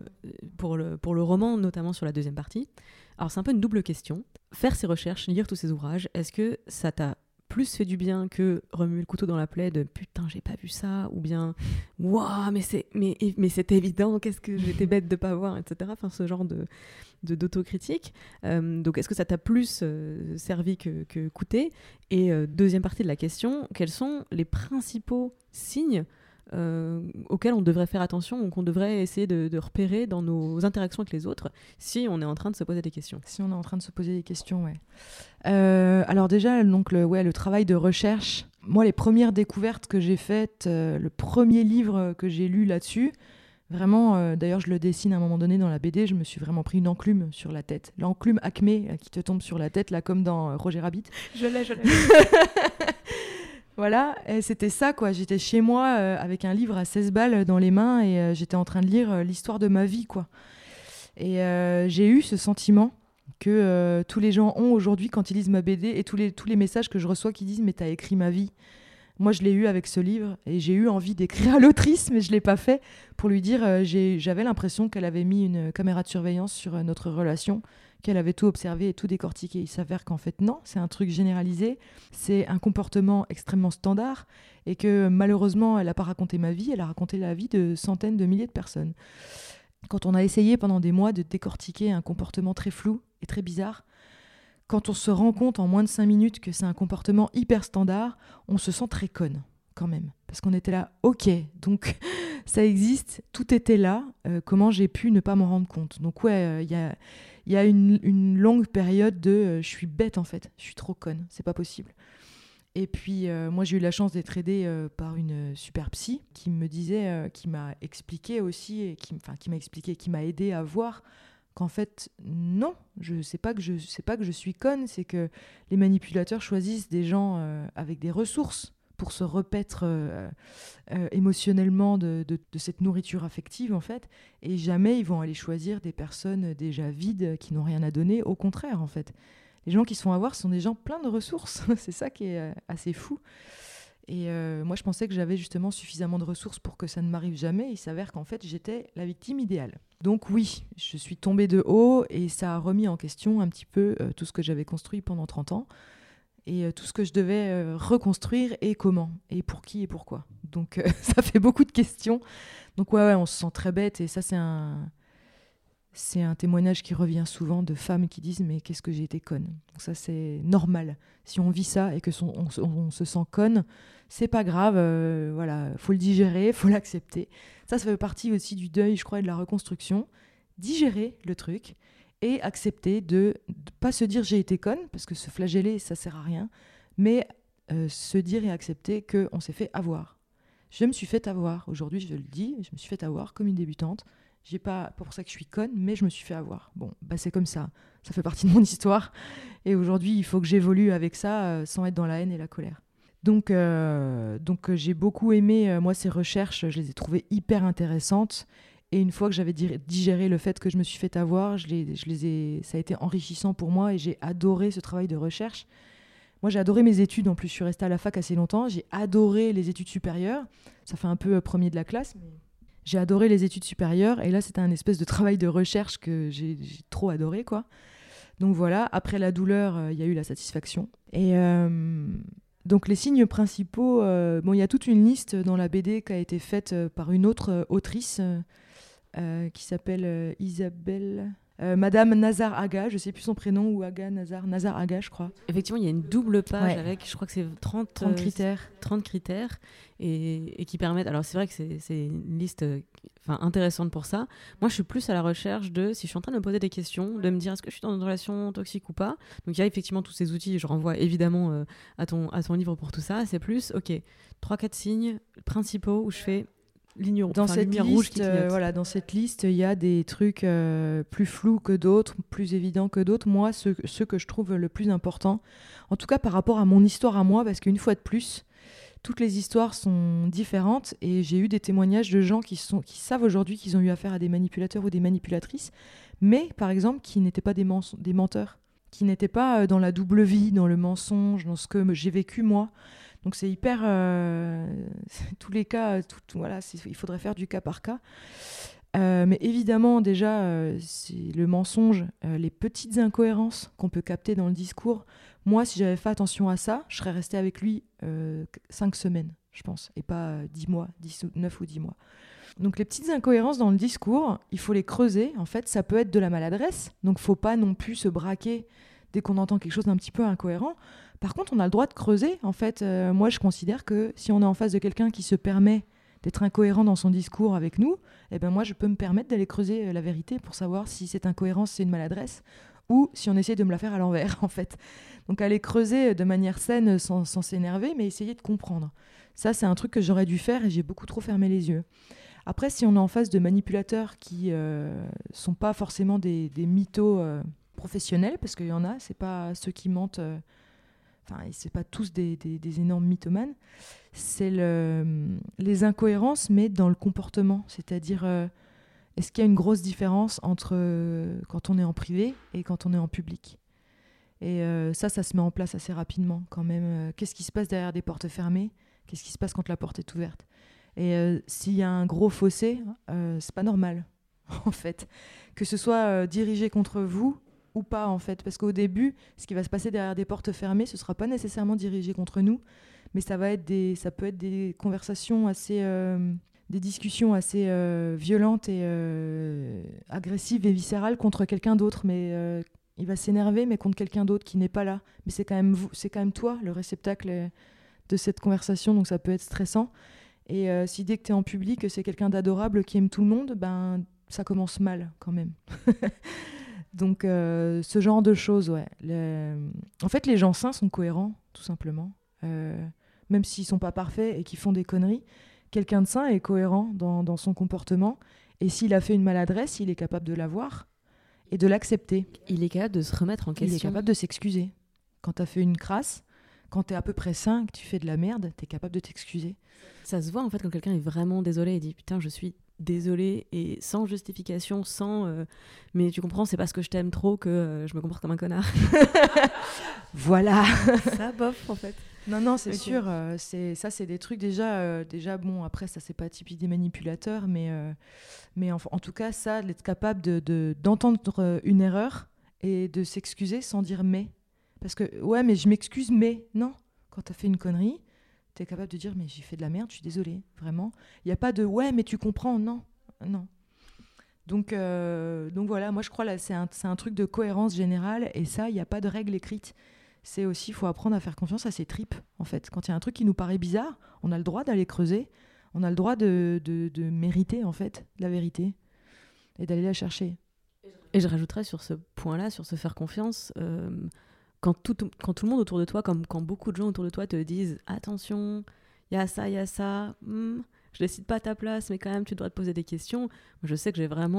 pour le roman, notamment sur la deuxième partie, alors c'est un peu une double question. Faire ces recherches, lire tous ces ouvrages, est-ce que ça t'a plus fait du bien que remuer le couteau dans la plaie de « putain, j'ai pas vu ça » ou bien « waouh, mais c'est évident, qu'est-ce que j'étais bête de pas voir » etc. Enfin, ce genre d'autocritique. Donc, est-ce que ça t'a plus servi que coûté ? Et deuxième partie de la question, quels sont les principaux signes auxquels on devrait faire attention ou qu'on devrait essayer de repérer dans nos interactions avec les autres si on est en train de se poser des questions ? Si on est en train de se poser des questions, ouais. Alors déjà, donc le travail de recherche. Moi, les premières découvertes que j'ai faites, le premier livre que j'ai lu là-dessus, vraiment, d'ailleurs, je le dessine à un moment donné dans la BD, je me suis vraiment pris une enclume sur la tête. L'enclume Acmé qui te tombe sur la tête, là, comme dans Roger Rabbit. Je l'ai. Voilà, et c'était ça, quoi. J'étais chez moi avec un livre à 16 balles dans les mains et j'étais en train de lire l'histoire de ma vie, quoi. Et j'ai eu ce sentiment que tous les gens ont aujourd'hui quand ils lisent ma BD et tous les messages que je reçois qui disent « mais t'as écrit ma vie ». Moi, je l'ai eu avec ce livre et j'ai eu envie d'écrire à l'autrice, mais je ne l'ai pas fait pour lui dire j'avais l'impression qu'elle avait mis une caméra de surveillance sur notre relation, qu'elle avait tout observé et tout décortiqué. Il s'avère qu'en fait, non, c'est un truc généralisé, c'est un comportement extrêmement standard et que malheureusement, elle n'a pas raconté ma vie, elle a raconté la vie de centaines de milliers de personnes. Quand on a essayé pendant des mois de décortiquer un comportement très flou et très bizarre, quand on se rend compte en moins de 5 minutes que c'est un comportement hyper standard, on se sent très conne quand même. Parce qu'on était là, ok, donc ça existe, tout était là, comment j'ai pu ne pas m'en rendre compte ? Donc ouais, il y a une longue période de je suis bête en fait, je suis trop conne, c'est pas possible. Et puis moi j'ai eu la chance d'être aidée par une super psy qui me disait, qui m'a expliqué aussi, et qui m'a aidée à voir qu'en fait, non, c'est pas que je suis conne, c'est que les manipulateurs choisissent des gens avec des ressources pour se repaître émotionnellement de cette nourriture affective, en fait, et jamais ils vont aller choisir des personnes déjà vides qui n'ont rien à donner, au contraire, en fait. Les gens qui se font avoir sont des gens pleins de ressources, c'est ça qui est assez fou. Et moi, je pensais que j'avais justement suffisamment de ressources pour que ça ne m'arrive jamais. Il s'avère qu'en fait, j'étais la victime idéale. Donc oui, je suis tombée de haut et ça a remis en question un petit peu tout ce que j'avais construit pendant 30 ans et tout ce que je devais reconstruire et comment, et pour qui et pourquoi. Donc ça fait beaucoup de questions. Donc ouais, on se sent très bête et ça, c'est un témoignage qui revient souvent de femmes qui disent « mais qu'est-ce que j'ai été conne ?» Donc ça, c'est normal. Si on vit ça et que on se sent conne, c'est pas grave, voilà, faut le digérer, faut l'accepter. Ça fait partie aussi du deuil, je crois, et de la reconstruction. Digérer le truc et accepter de pas se dire j'ai été conne, parce que se flageller, ça sert à rien, mais se dire et accepter qu'on s'est fait avoir. Je me suis fait avoir. Aujourd'hui, je le dis, je me suis fait avoir comme une débutante. J'ai pas pour ça que je suis conne, mais je me suis fait avoir. Bon, bah c'est comme ça. Ça fait partie de mon histoire. Et aujourd'hui, il faut que j'évolue avec ça sans être dans la haine et la colère. Donc j'ai beaucoup aimé, moi, ces recherches. Je les ai trouvées hyper intéressantes. Et une fois que j'avais digéré le fait que je me suis fait avoir, ça a été enrichissant pour moi et j'ai adoré ce travail de recherche. Moi, j'ai adoré mes études. En plus, je suis restée à la fac assez longtemps. J'ai adoré les études supérieures. Ça fait un peu premier de la classe, mais j'ai adoré les études supérieures. Et là, c'était un espèce de travail de recherche que j'ai trop adoré, quoi. Donc voilà, après la douleur, il y a eu la satisfaction. Et donc les signes principaux, il y a toute une liste dans la BD qui a été faite par une autre autrice qui s'appelle Isabelle... Madame Nazar Aga, je ne sais plus son prénom, ou Aga Nazar Aga, je crois. Effectivement, il y a une double page avec, je crois que c'est 30 critères. 30 critères et qui permettent... Alors c'est vrai que c'est une liste intéressante pour ça. Moi, je suis plus à la recherche de, si je suis en train de me poser des questions, de me dire est-ce que je suis dans une relation toxique ou pas. Donc il y a effectivement tous ces outils, je renvoie évidemment à ton livre pour tout ça. C'est plus, 3-4 signes principaux où je fais... Dans cette liste, dans cette liste, il y a des trucs plus flous que d'autres, plus évidents que d'autres. Moi, ce que je trouve le plus important, en tout cas par rapport à mon histoire à moi, parce qu'une fois de plus, toutes les histoires sont différentes et j'ai eu des témoignages de gens qui savent aujourd'hui qu'ils ont eu affaire à des manipulateurs ou des manipulatrices, mais par exemple qui n'étaient pas des menteurs, qui n'étaient pas dans la double vie, dans le mensonge, dans ce que j'ai vécu moi. Donc c'est hyper... tous les cas, il faudrait faire du cas par cas. Mais évidemment, déjà, c'est le mensonge, les petites incohérences qu'on peut capter dans le discours. Moi, si j'avais fait attention à ça, je serais restée avec lui 5 semaines, je pense, et pas 10 mois, 9 ou 10 mois. Donc les petites incohérences dans le discours, il faut les creuser. En fait, ça peut être de la maladresse, donc il ne faut pas non plus se braquer dès qu'on entend quelque chose d'un petit peu incohérent. Par contre, on a le droit de creuser. En fait, moi, je considère que si on est en face de quelqu'un qui se permet d'être incohérent dans son discours avec nous, moi, je peux me permettre d'aller creuser la vérité pour savoir si cette incohérence, c'est une maladresse ou si on essaie de me la faire à l'envers, en fait. Donc, aller creuser de manière saine sans s'énerver, mais essayer de comprendre. Ça, c'est un truc que j'aurais dû faire et j'ai beaucoup trop fermé les yeux. Après, si on est en face de manipulateurs qui sont pas forcément des mythos professionnels, parce qu'il y en a, c'est pas ceux qui mentent... c'est pas tous des énormes mythomanes, c'est les incohérences, mais dans le comportement. C'est-à-dire, est-ce qu'il y a une grosse différence entre quand on est en privé et quand on est en public ? Et ça se met en place assez rapidement quand même. Qu'est-ce qui se passe derrière des portes fermées ? Qu'est-ce qui se passe quand la porte est ouverte ? Et s'il y a un gros fossé, c'est pas normal, en fait. Que ce soit dirigé contre vous, ou pas en fait, parce qu'au début, ce qui va se passer derrière des portes fermées, ce sera pas nécessairement dirigé contre nous, mais ça peut être des conversations assez, des discussions assez violentes et agressives et viscérales contre quelqu'un d'autre, mais il va s'énerver, mais contre quelqu'un d'autre qui n'est pas là. Mais c'est quand même toi, le réceptacle de cette conversation, donc ça peut être stressant. Et si dès que tu es en public, c'est quelqu'un d'adorable qui aime tout le monde, ça commence mal quand même. Donc, ce genre de choses, ouais. En fait, les gens sains sont cohérents, tout simplement. Même s'ils ne sont pas parfaits et qu'ils font des conneries, quelqu'un de sain est cohérent dans son comportement. Et s'il a fait une maladresse, il est capable de la voir et de l'accepter. Il est capable de se remettre en question. Il est capable de s'excuser. Quand tu as fait une crasse, quand tu es à peu près sain, que tu fais de la merde, tu es capable de t'excuser. Ça se voit, en fait, quand quelqu'un est vraiment désolé et dit « Putain, je suis... désolée » et sans justification, mais tu comprends, c'est parce que je t'aime trop que je me comporte comme un connard. Voilà. Ça bof en fait. Non, c'est sûr. C'est des trucs déjà bon, après ça c'est pas typique des manipulateurs, mais en tout cas ça, d'être capable d'entendre une erreur et de s'excuser sans dire mais. Parce que ouais, mais je m'excuse, mais non. Quand t'as fait une connerie, t'es capable de dire mais j'ai fait de la merde, je suis désolée, vraiment. Il n'y a pas de ouais mais tu comprends, non. Donc voilà, moi je crois là c'est un truc de cohérence générale et ça il n'y a pas de règle écrite. C'est aussi, il faut apprendre à faire confiance à ses tripes en fait. Quand il y a un truc qui nous paraît bizarre, on a le droit d'aller creuser, on a le droit de mériter en fait la vérité et d'aller la chercher. Et je rajouterais sur ce point-là, sur se faire confiance, quand tout le monde autour de toi, comme quand beaucoup de gens autour de toi te disent « Attention, il y a ça, je décide pas à ta place, mais quand même, tu devrais te poser des questions. » Je sais que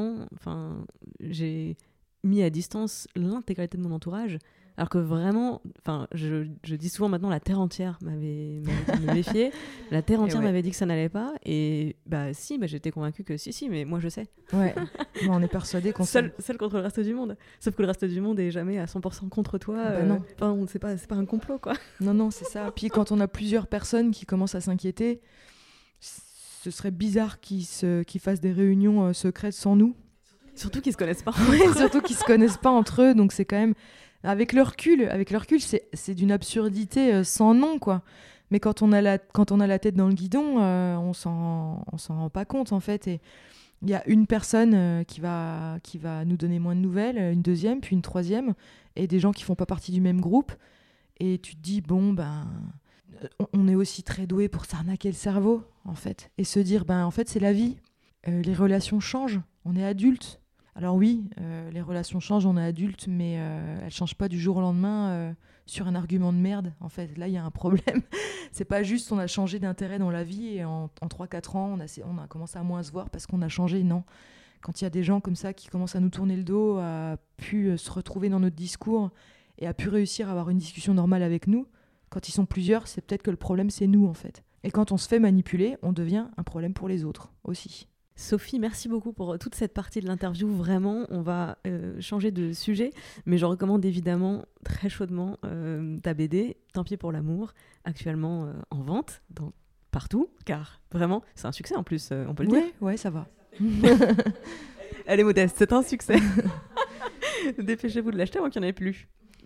j'ai mis à distance l'intégralité de mon entourage, alors que vraiment, je dis souvent maintenant, la terre entière m'avait dit de me méfier, la terre entière m'avait dit que ça n'allait pas, et j'étais convaincue que si, mais moi je sais. Ouais, on est persuadé qu'on seul contre le reste du monde. Sauf que le reste du monde est jamais à 100% contre toi. Non. C'est pas un complot, quoi. Non, c'est ça. Puis quand on a plusieurs personnes qui commencent à s'inquiéter, ce serait bizarre qu'ils fassent des réunions secrètes sans nous. Surtout qu'ils se connaissent pas. Surtout qu'ils se connaissent pas entre eux, donc c'est quand même avec le recul, c'est d'une absurdité sans nom, quoi. Mais quand on a la tête dans le guidon, on s'en rend pas compte, en fait. Et il y a une personne qui va nous donner moins de nouvelles, une deuxième, puis une troisième, et des gens qui font pas partie du même groupe. Et tu te dis on est aussi très doué pour s'arnaquer le cerveau, en fait, et se dire en fait c'est la vie. Les relations changent, on est adulte. Alors oui, les relations changent, on est adulte, mais elles changent pas du jour au lendemain sur un argument de merde. En fait, là, il y a un problème. C'est pas juste on a changé d'intérêt dans la vie et en 3-4 ans, on a commencé à moins se voir parce qu'on a changé. Non. Quand il y a des gens comme ça qui commencent à nous tourner le dos, à pu se retrouver dans notre discours et à pu réussir à avoir une discussion normale avec nous, quand ils sont plusieurs, c'est peut-être que le problème, c'est nous, en fait. Et quand on se fait manipuler, on devient un problème pour les autres aussi. Sophie, merci beaucoup pour toute cette partie de l'interview. Vraiment, on va changer de sujet, mais je recommande évidemment très chaudement ta BD, Tant pis pour l'amour, actuellement en vente partout, car vraiment, c'est un succès en plus, on peut le dire. Ouais, ça va. Elle est modeste, c'est un succès. Dépêchez-vous de l'acheter avant qu'il n'y en ait plus.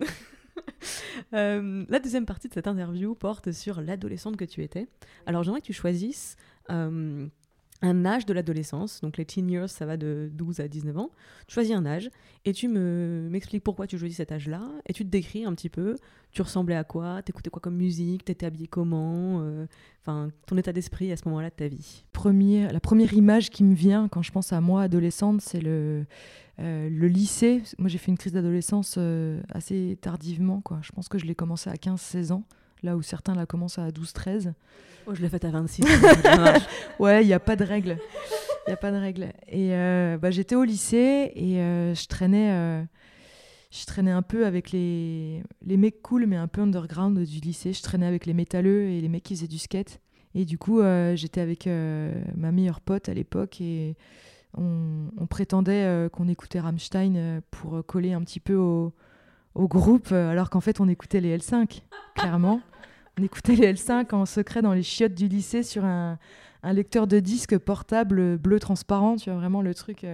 La deuxième partie de cette interview porte sur l'adolescente que tu étais. Alors j'aimerais que tu choisisses un âge de l'adolescence, donc les teen years, ça va de 12 à 19 ans. Tu choisis un âge et tu m'expliques pourquoi tu choisis cet âge-là et tu te décris un petit peu, tu ressemblais à quoi, t'écoutais quoi comme musique, t'étais habillée comment, ton état d'esprit à ce moment-là de ta vie. La première image qui me vient quand je pense à moi, adolescente, c'est le lycée. Moi, j'ai fait une crise d'adolescence assez tardivement, quoi. Je pense que je l'ai commencé à 15-16 ans. Là où certains la commencent à 12-13. Oh, je l'ai faite à 26. Ouais, il n'y a pas de règle. Et j'étais au lycée et je traînais un peu avec les mecs cool, mais un peu underground du lycée. Je traînais avec les métalleux et les mecs qui faisaient du skate. Et du coup, j'étais avec ma meilleure pote à l'époque et on prétendait qu'on écoutait Rammstein pour coller un petit peu au groupe, alors qu'en fait, on écoutait les L5, clairement. On écoutait les L5 en secret dans les chiottes du lycée sur un lecteur de disques portable bleu transparent, tu vois, vraiment le truc.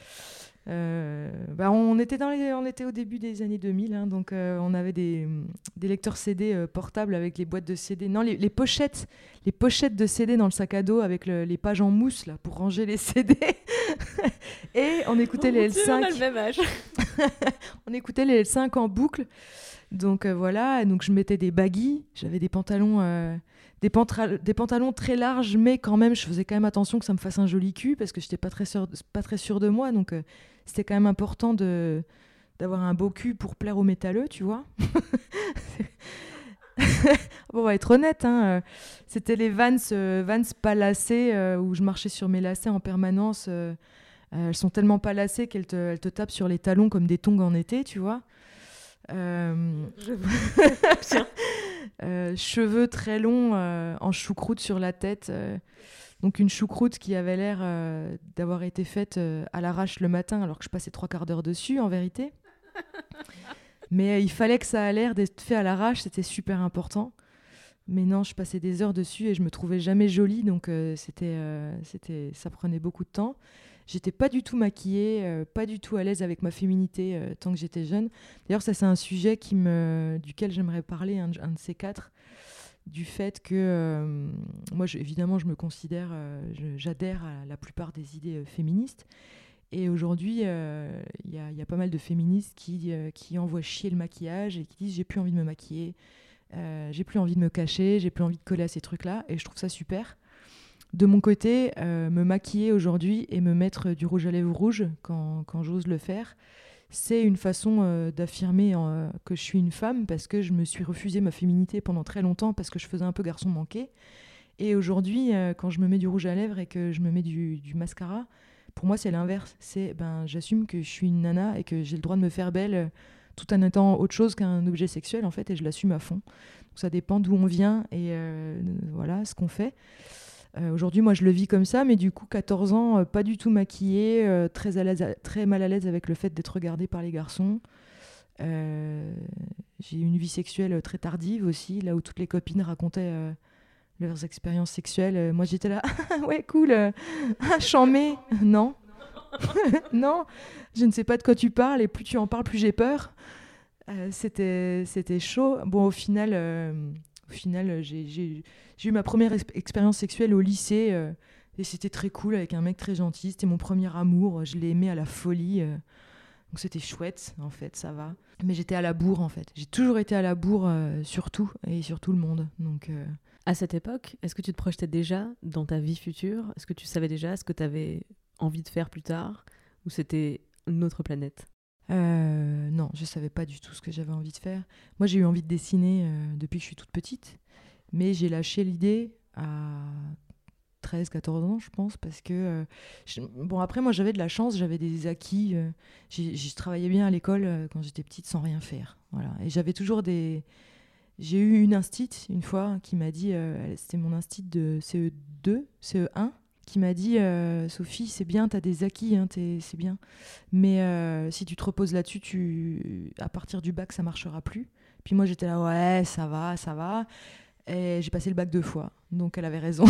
On était au début des années 2000, hein, donc on avait des lecteurs CD portables avec les boîtes de CD. Non, les pochettes de CD dans le sac à dos avec les pages en mousse là, pour ranger les CD. Et on écoutait les L5. On a le même âge. On écoutait les L5 en boucle. Donc voilà, donc je mettais des baggy, j'avais des pantalons très larges, mais quand même je faisais quand même attention que ça me fasse un joli cul parce que j'étais pas très sûre de moi, donc c'était quand même important d'avoir un beau cul pour plaire aux métalleux, tu vois. Bon, on va être honnête, hein, c'était les Vans pas lacés où je marchais sur mes lacets en permanence. Elles sont tellement pas lacées qu'elles te tapent sur les talons comme des tongs en été, tu vois. Cheveux très longs en choucroute sur la tête, donc une choucroute qui avait l'air d'avoir été faite à l'arrache le matin alors que je passais 3/4 d'heure dessus en vérité, mais il fallait que ça ait l'air d'être fait à l'arrache, c'était super important. Mais non, je passais des heures dessus et je me trouvais jamais jolie, donc ça prenait beaucoup de temps. J'étais pas du tout maquillée, pas du tout à l'aise avec ma féminité tant que j'étais jeune. D'ailleurs, ça c'est un sujet duquel j'aimerais parler, un de ces quatre, du fait que moi, évidemment, je me considère, j'adhère à la plupart des idées féministes. Et aujourd'hui, il y a pas mal de féministes qui envoient chier le maquillage et qui disent « j'ai plus envie de me maquiller ». J'ai plus envie de me cacher, j'ai plus envie de coller à ces trucs-là, et je trouve ça super. De mon côté, me maquiller aujourd'hui et me mettre du rouge à lèvres rouge quand j'ose le faire, c'est une façon d'affirmer que je suis une femme, parce que je me suis refusé ma féminité pendant très longtemps parce que je faisais un peu garçon manqué. Et aujourd'hui, quand je me mets du rouge à lèvres et que je me mets du mascara, pour moi, c'est l'inverse. J'assume que je suis une nana et que j'ai le droit de me faire belle tout en étant autre chose qu'un objet sexuel, en fait, et je l'assume à fond. Donc, ça dépend d'où on vient et voilà ce qu'on fait. Aujourd'hui, moi, je le vis comme ça, mais du coup, 14 ans, pas du tout maquillée, très mal à l'aise avec le fait d'être regardée par les garçons. J'ai eu une vie sexuelle très tardive aussi, là où toutes les copines racontaient leurs expériences sexuelles. Moi, j'étais là, ouais, cool, chambé. Non, non, je ne sais pas de quoi tu parles, et plus tu en parles, plus j'ai peur. C'était chaud. Bon, au final, j'ai eu ma première expérience sexuelle au lycée, et c'était très cool, avec un mec très gentil. C'était mon premier amour, je l'ai aimé à la folie. Donc c'était chouette, en fait, ça va. Mais j'étais à la bourre, en fait. J'ai toujours été à la bourre sur tout, et sur tout le monde. Donc... À cette époque, est-ce que tu te projetais déjà dans ta vie future ? Est-ce que tu savais déjà ce que tu avais envie de faire plus tard ? Ou c'était une autre planète ? Non, je savais pas du tout ce que j'avais envie de faire. Moi, j'ai eu envie de dessiner depuis que je suis toute petite, mais j'ai lâché l'idée à 13-14 ans, je pense, parce que... Bon, après, moi, j'avais de la chance, j'avais des acquis. J'ai travaillé bien à l'école quand j'étais petite sans rien faire. Voilà. Et j'avais toujours des... J'ai eu une instite, une fois, qui m'a dit... c'était mon instite de CE2, CE1, qui m'a dit Sophie, c'est bien, t'as des acquis, hein, c'est bien. Mais si tu te reposes là-dessus, à partir du bac, ça marchera plus. Puis moi, j'étais là, ouais, ça va. Et j'ai passé le bac 2 fois. Donc, elle avait raison.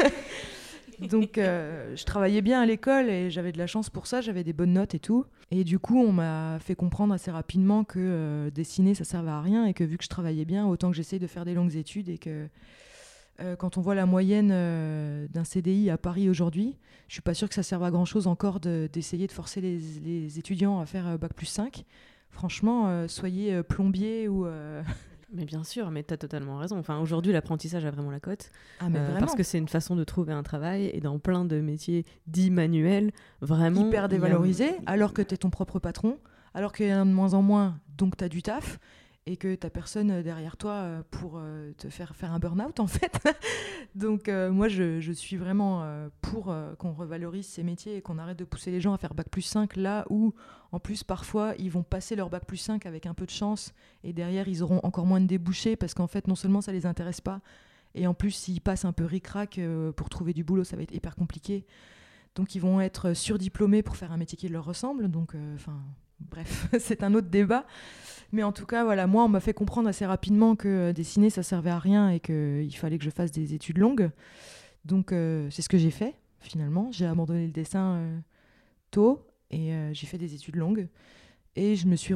Donc, je travaillais bien à l'école et j'avais de la chance pour ça. J'avais des bonnes notes et tout. Et du coup, on m'a fait comprendre assez rapidement que dessiner, ça servait à rien. Et que vu que je travaillais bien, autant que j'essaye de faire des longues études. Et que quand on voit la moyenne d'un CDI à Paris aujourd'hui, je suis pas sûre que ça serve à grand-chose encore d'essayer de forcer les étudiants à faire bac plus 5. Franchement, soyez plombier ou... Mais bien sûr, mais tu as totalement raison. Enfin, aujourd'hui, l'apprentissage a vraiment la cote. Ah, mais vraiment. Parce que c'est une façon de trouver un travail, et dans plein de métiers dits manuels, vraiment... Hyper dévalorisé, alors que tu es ton propre patron, alors qu'il y en a de moins en moins, donc tu as du taf, et que tu n'as personne derrière toi pour te faire un burn-out, en fait. Donc, moi, je suis vraiment pour qu'on revalorise ces métiers et qu'on arrête de pousser les gens à faire bac plus 5, là où, en plus, parfois, ils vont passer leur bac plus 5 avec un peu de chance, et derrière, ils auront encore moins de débouchés, parce qu'en fait, non seulement ça les intéresse pas, et en plus, s'ils passent un peu ric-rac pour trouver du boulot, ça va être hyper compliqué. Donc, ils vont être surdiplômés pour faire un métier qui leur ressemble. Donc, bref, c'est un autre débat. Mais en tout cas, voilà, moi, on m'a fait comprendre assez rapidement que dessiner, ça servait à rien et qu'il fallait que je fasse des études longues. Donc, c'est ce que j'ai fait, finalement. J'ai abandonné le dessin tôt et j'ai fait des études longues. Et je me suis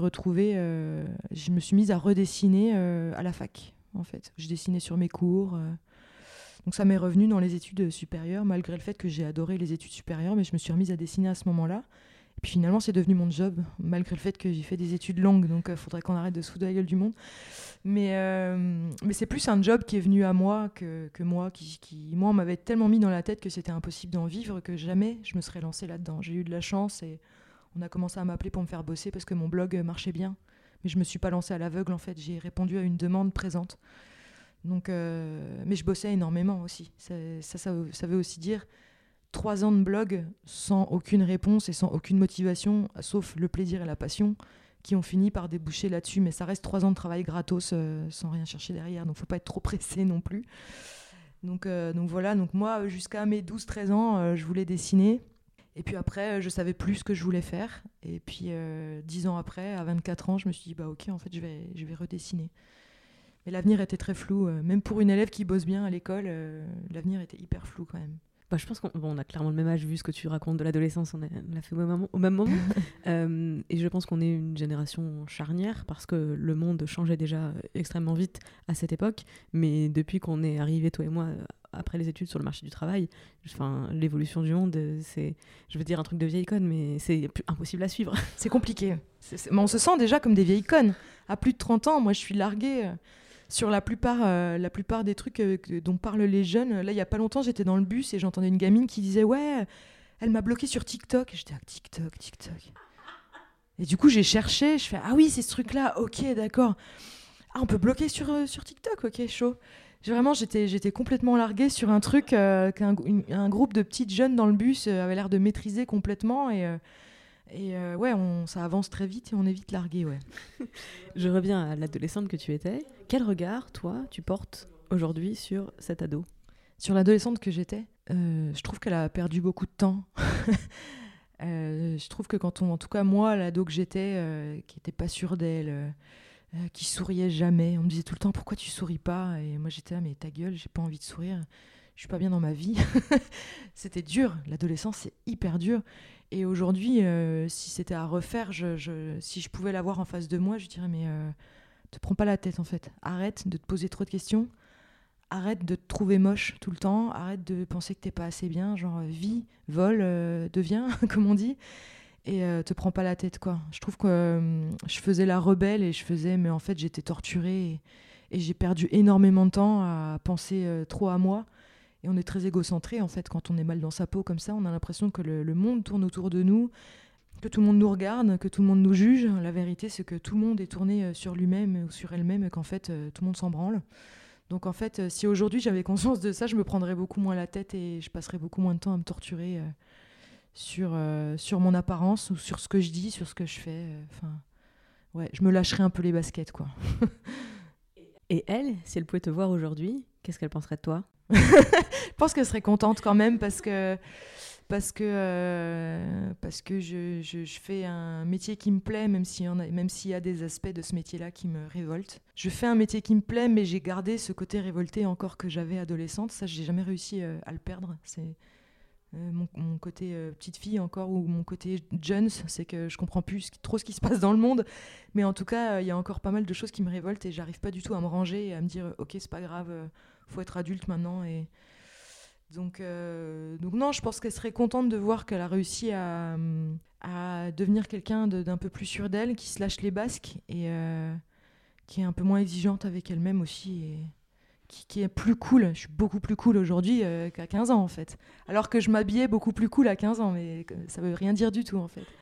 mise à redessiner à la fac, en fait. Je dessinais sur mes cours. Donc, ça m'est revenu dans les études supérieures, malgré le fait que j'ai adoré les études supérieures, mais je me suis remise à dessiner à ce moment-là. Et puis finalement, c'est devenu mon job, malgré le fait que j'ai fait des études longues, donc il faudrait qu'on arrête de se foutre de la gueule du monde. Mais c'est plus un job qui est venu à moi que moi, moi, on m'avait tellement mis dans la tête que c'était impossible d'en vivre que jamais je me serais lancée là-dedans. J'ai eu de la chance et on a commencé à m'appeler pour me faire bosser parce que mon blog marchait bien. Mais je me suis pas lancée à l'aveugle, en fait. J'ai répondu à une demande présente. Donc, mais je bossais énormément aussi. Ça veut aussi dire 3 ans de blog sans aucune réponse et sans aucune motivation, sauf le plaisir et la passion, qui ont fini par déboucher là-dessus. Mais ça reste 3 ans de travail gratos sans rien chercher derrière, donc faut pas être trop pressé non plus. Donc voilà, donc moi, jusqu'à mes 12-13 ans, je voulais dessiner. Et puis après, je savais plus ce que je voulais faire. Et puis 10 ans après, à 24 ans, je me suis dit, bah ok, en fait, je vais redessiner. Mais l'avenir était très flou. Même pour une élève qui bosse bien à l'école, l'avenir était hyper flou quand même. Bah, je pense qu'on a clairement le même âge, vu ce que tu racontes de l'adolescence, on l'a fait au même moment. Et je pense qu'on est une génération charnière, parce que le monde changeait déjà extrêmement vite à cette époque. Mais depuis qu'on est arrivés, toi et moi, après les études sur le marché du travail, l'évolution du monde, c'est, je veux dire un truc de vieille conne, mais c'est impossible à suivre. C'est compliqué. Mais on se sent déjà comme des vieilles connes. À plus de 30 ans, moi je suis larguée. sur la plupart des trucs dont parlent les jeunes. Là, il y a pas longtemps, j'étais dans le bus et j'entendais une gamine qui disait ouais, elle m'a bloqué sur TikTok. Et j'étais TikTok. Et du coup, j'ai cherché, je fais ah oui, c'est ce truc-là. Ok, d'accord. Ah, on peut bloquer sur TikTok. Ok, chaud. J'étais complètement larguée sur un truc qu'un groupe de petites jeunes dans le bus avait l'air de maîtriser complètement ouais, ça avance très vite et on est vite largué, ouais. Je reviens à l'adolescente que tu étais. Quel regard, toi, tu portes aujourd'hui sur cet ado ? Sur l'adolescente que j'étais, je trouve qu'elle a perdu beaucoup de temps. Je trouve que en tout cas moi, l'ado que j'étais, qui était pas sûre d'elle, qui souriait jamais, on me disait tout le temps pourquoi tu souris pas, et moi j'étais là mais ta gueule, j'ai pas envie de sourire, je suis pas bien dans ma vie. C'était dur, l'adolescence c'est hyper dur. Et aujourd'hui, si c'était à refaire, si je pouvais l'avoir en face de moi, je dirais mais te prends pas la tête en fait, arrête de te poser trop de questions. Arrête de te trouver moche tout le temps, arrête de penser que t'es pas assez bien, genre vis, vole, deviens, comme on dit, et te prends pas la tête, quoi. Je trouve que je faisais la rebelle mais en fait j'étais torturée et j'ai perdu énormément de temps à penser trop à moi. Et on est très égocentré en fait quand on est mal dans sa peau comme ça, on a l'impression que le monde tourne autour de nous, que tout le monde nous regarde, que tout le monde nous juge. La vérité c'est que tout le monde est tourné sur lui-même ou sur elle-même et qu'en fait tout le monde s'en branle. Donc en fait, si aujourd'hui j'avais conscience de ça, je me prendrais beaucoup moins la tête et je passerais beaucoup moins de temps à me torturer sur mon apparence ou sur ce que je dis, sur ce que je fais. Ouais, je me lâcherais un peu les baskets, quoi. Et elle, si elle pouvait te voir aujourd'hui, qu'est-ce qu'elle penserait de toi ? Je pense qu'elle serait contente quand même parce que je fais un métier qui me plaît, même s'il y a des aspects de ce métier-là qui me révoltent. Je fais un métier qui me plaît, mais j'ai gardé ce côté révolté encore que j'avais adolescente. Ça, j'ai jamais réussi à le perdre. C'est mon côté petite fille encore, ou mon côté Jones, c'est que je comprends plus trop ce qui se passe dans le monde. Mais en tout cas, il y a encore pas mal de choses qui me révoltent et j'arrive pas du tout à me ranger et à me dire ok, c'est pas grave, faut être adulte maintenant. Et donc non, je pense qu'elle serait contente de voir qu'elle a réussi à devenir quelqu'un d'un peu plus sûr d'elle, qui se lâche les basques et qui est un peu moins exigeante avec elle-même aussi et qui est plus cool. Je suis beaucoup plus cool aujourd'hui qu'à 15 ans en fait. Alors que je m'habillais beaucoup plus cool à 15 ans, mais ça veut rien dire du tout en fait.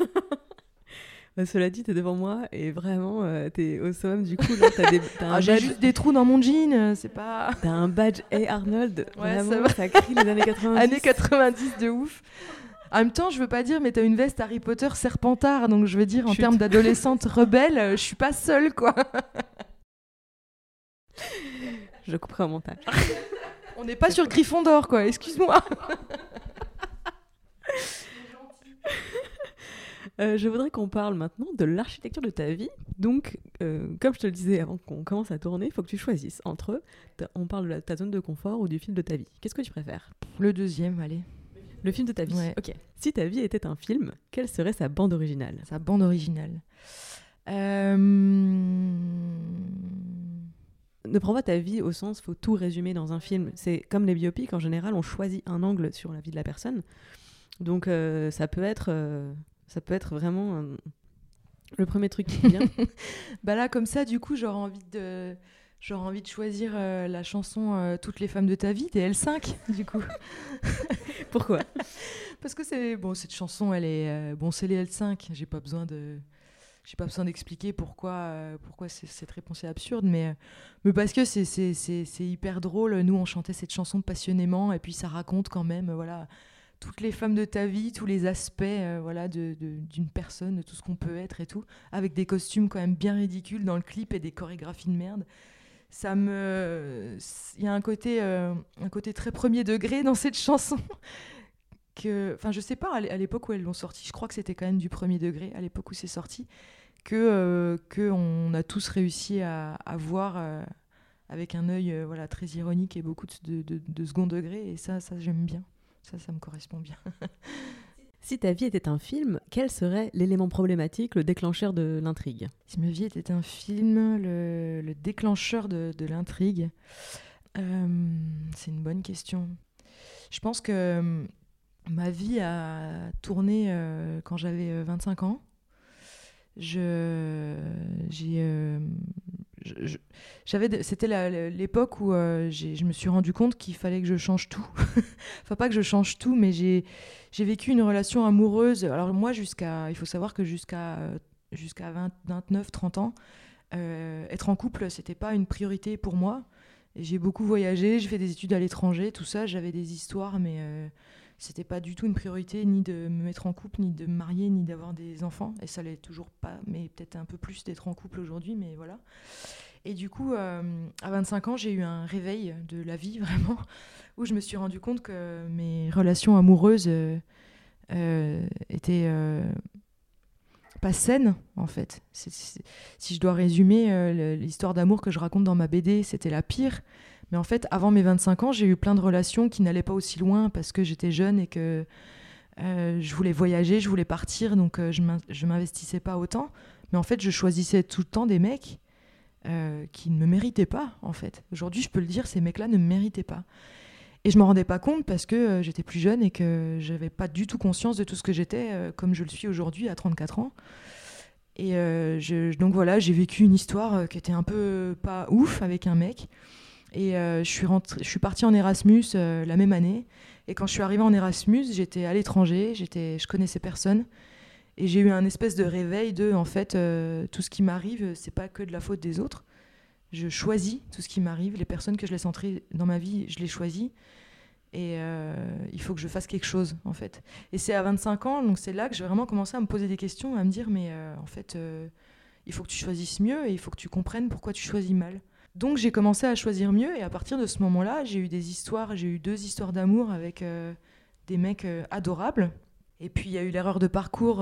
Cela dit, t'es devant moi et vraiment, t'es au summum du coup. Là, j'ai juste des trous dans mon jean, c'est pas... T'as un badge Hey Arnold, ouais, vraiment, ça crie les années 90. Années 90 de ouf. En même temps, je veux pas dire, mais t'as une veste Harry Potter Serpentard, donc je veux dire, en termes d'adolescente rebelle, je suis pas seule, quoi. Je couperai au montage. On n'est pas sur Gryffondor, quoi, excuse-moi. Je voudrais qu'on parle maintenant de l'architecture de ta vie. Donc, comme je te le disais avant qu'on commence à tourner, il faut que tu choisisses entre, on parle de ta zone de confort ou du film de ta vie. Qu'est-ce que tu préfères ? Le deuxième, allez. Le film de ta vie, ouais. Ok. Si ta vie était un film, quelle serait sa bande originale ? Sa bande originale. Ne prends pas ta vie au sens, faut tout résumer dans un film. C'est comme les biopics, en général, on choisit un angle sur la vie de la personne. Donc, ça peut être vraiment le premier truc qui vient. Bah là, comme ça, du coup, j'aurais envie de choisir la chanson Toutes les femmes de ta vie des L5, du coup. Pourquoi ? Parce que cette chanson, elle est c'est les L5. J'ai pas besoin d'expliquer pourquoi cette réponse est absurde, mais parce que c'est hyper drôle. Nous, on chantait cette chanson passionnément, et puis ça raconte quand même, voilà, toutes les femmes de ta vie, tous les aspects d'une personne, de tout ce qu'on peut être et tout, avec des costumes quand même bien ridicules dans le clip et des chorégraphies de merde. Il y a un côté très premier degré dans cette chanson. Je sais pas, à l'époque où elles l'ont sorti, je crois que c'était quand même du premier degré, à l'époque où c'est sorti, que on a tous réussi à voir avec un œil très ironique et beaucoup de second degré, et ça j'aime bien. Ça me correspond bien. Si ta vie était un film, quel serait l'élément problématique, le déclencheur de l'intrigue ? Si ma vie était un film, le déclencheur de l'intrigue, c'est une bonne question. Je pense que ma vie a tourné quand j'avais 25 ans. J'ai c'était l'époque où je me suis rendu compte qu'il fallait que je change tout. Enfin, pas que je change tout, mais j'ai vécu une relation amoureuse. Alors moi, il faut savoir que jusqu'à 29, 30 ans, être en couple, c'était pas une priorité pour moi. Et j'ai beaucoup voyagé, j'ai fait des études à l'étranger, tout ça, j'avais des histoires, mais c'était pas du tout une priorité, ni de me mettre en couple, ni de me marier, ni d'avoir des enfants. Et ça l'est toujours pas, mais peut-être un peu plus d'être en couple aujourd'hui, mais voilà. Et du coup, à 25 ans, j'ai eu un réveil de la vie, vraiment, où je me suis rendu compte que mes relations amoureuses étaient pas saines, en fait. Si je dois résumer, l'histoire d'amour que je raconte dans ma BD, c'était la pire. Mais en fait, avant mes 25 ans, j'ai eu plein de relations qui n'allaient pas aussi loin parce que j'étais jeune et que je voulais voyager, je voulais partir, donc je m'investissais pas autant. Mais en fait, je choisissais tout le temps des mecs qui ne me méritaient pas, en fait. Aujourd'hui, je peux le dire, ces mecs-là ne me méritaient pas. Et je m'en rendais pas compte parce que j'étais plus jeune et que j'avais pas du tout conscience de tout ce que j'étais comme je le suis aujourd'hui à 34 ans. Et donc voilà, j'ai vécu une histoire qui était un peu pas ouf avec un mec. Et je suis partie en Erasmus la même année. Et quand je suis arrivée en Erasmus, j'étais à l'étranger, je connaissais personne. Et j'ai eu un espèce de réveil de, en fait, tout ce qui m'arrive, c'est pas que de la faute des autres. Je choisis tout ce qui m'arrive. Les personnes que je laisse entrer dans ma vie, je les choisis. Et il faut que je fasse quelque chose, en fait. Et c'est à 25 ans, donc c'est là que j'ai vraiment commencé à me poser des questions, à me dire, mais en fait, il faut que tu choisisses mieux et il faut que tu comprennes pourquoi tu choisis mal. Donc j'ai commencé à choisir mieux et à partir de ce moment-là, j'ai eu 2 histoires d'amour avec des mecs adorables. Et puis il y a eu l'erreur de parcours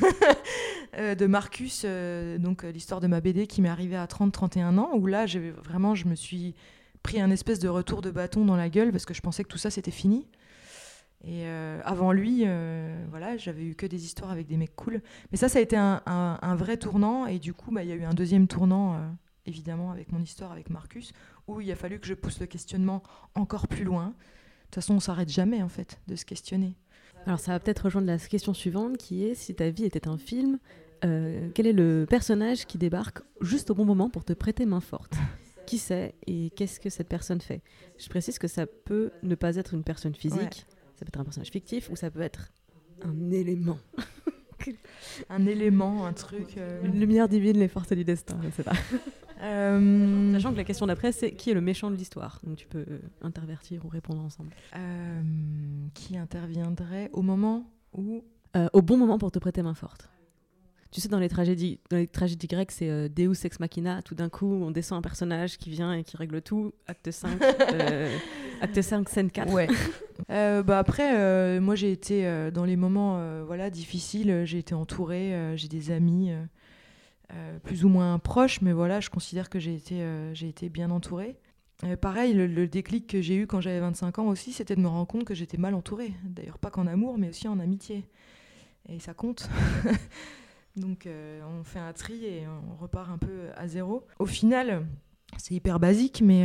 de Marcus, donc l'histoire de ma BD qui m'est arrivée à 30-31 ans, où là je me suis pris un espèce de retour de bâton dans la gueule parce que je pensais que tout ça c'était fini. Et avant lui, voilà, j'avais eu que des histoires avec des mecs cool. Mais ça a été un vrai tournant et du coup il y a eu un deuxième tournant évidemment avec mon histoire avec Marcus, où il a fallu que je pousse le questionnement encore plus loin. De toute façon, on s'arrête jamais, en fait, de se questionner. Alors ça va peut-être rejoindre la question suivante, qui est, si ta vie était un film, quel est le personnage qui débarque juste au bon moment pour te prêter main forte ? Qui c'est et qu'est-ce que cette personne fait ? Je précise que ça peut ne pas être une personne physique, ouais. Ça peut être un personnage fictif, ou ça peut être un élément. Un élément, un truc... Une lumière divine, les forces du destin, je ne sais pas. Sachant que la question d'après, c'est qui est le méchant de l'histoire ? Donc tu peux intervertir ou répondre ensemble. Qui interviendrait au moment où... Au bon moment pour te prêter main forte. Tu sais, dans les tragédies grecques, c'est Deus ex machina. Tout d'un coup, on descend un personnage qui vient et qui règle tout. Acte 5, acte 5 scène 4. Ouais. Après, moi, j'ai été dans les moments difficiles. J'ai été entourée, j'ai des amis plus ou moins proches, mais voilà, je considère que j'ai été bien entourée. Pareil, le déclic que j'ai eu quand j'avais 25 ans aussi, c'était de me rendre compte que j'étais mal entourée. D'ailleurs, pas qu'en amour, mais aussi en amitié. Et ça compte. Donc on fait un tri et on repart un peu à zéro. Au final, c'est hyper basique, mais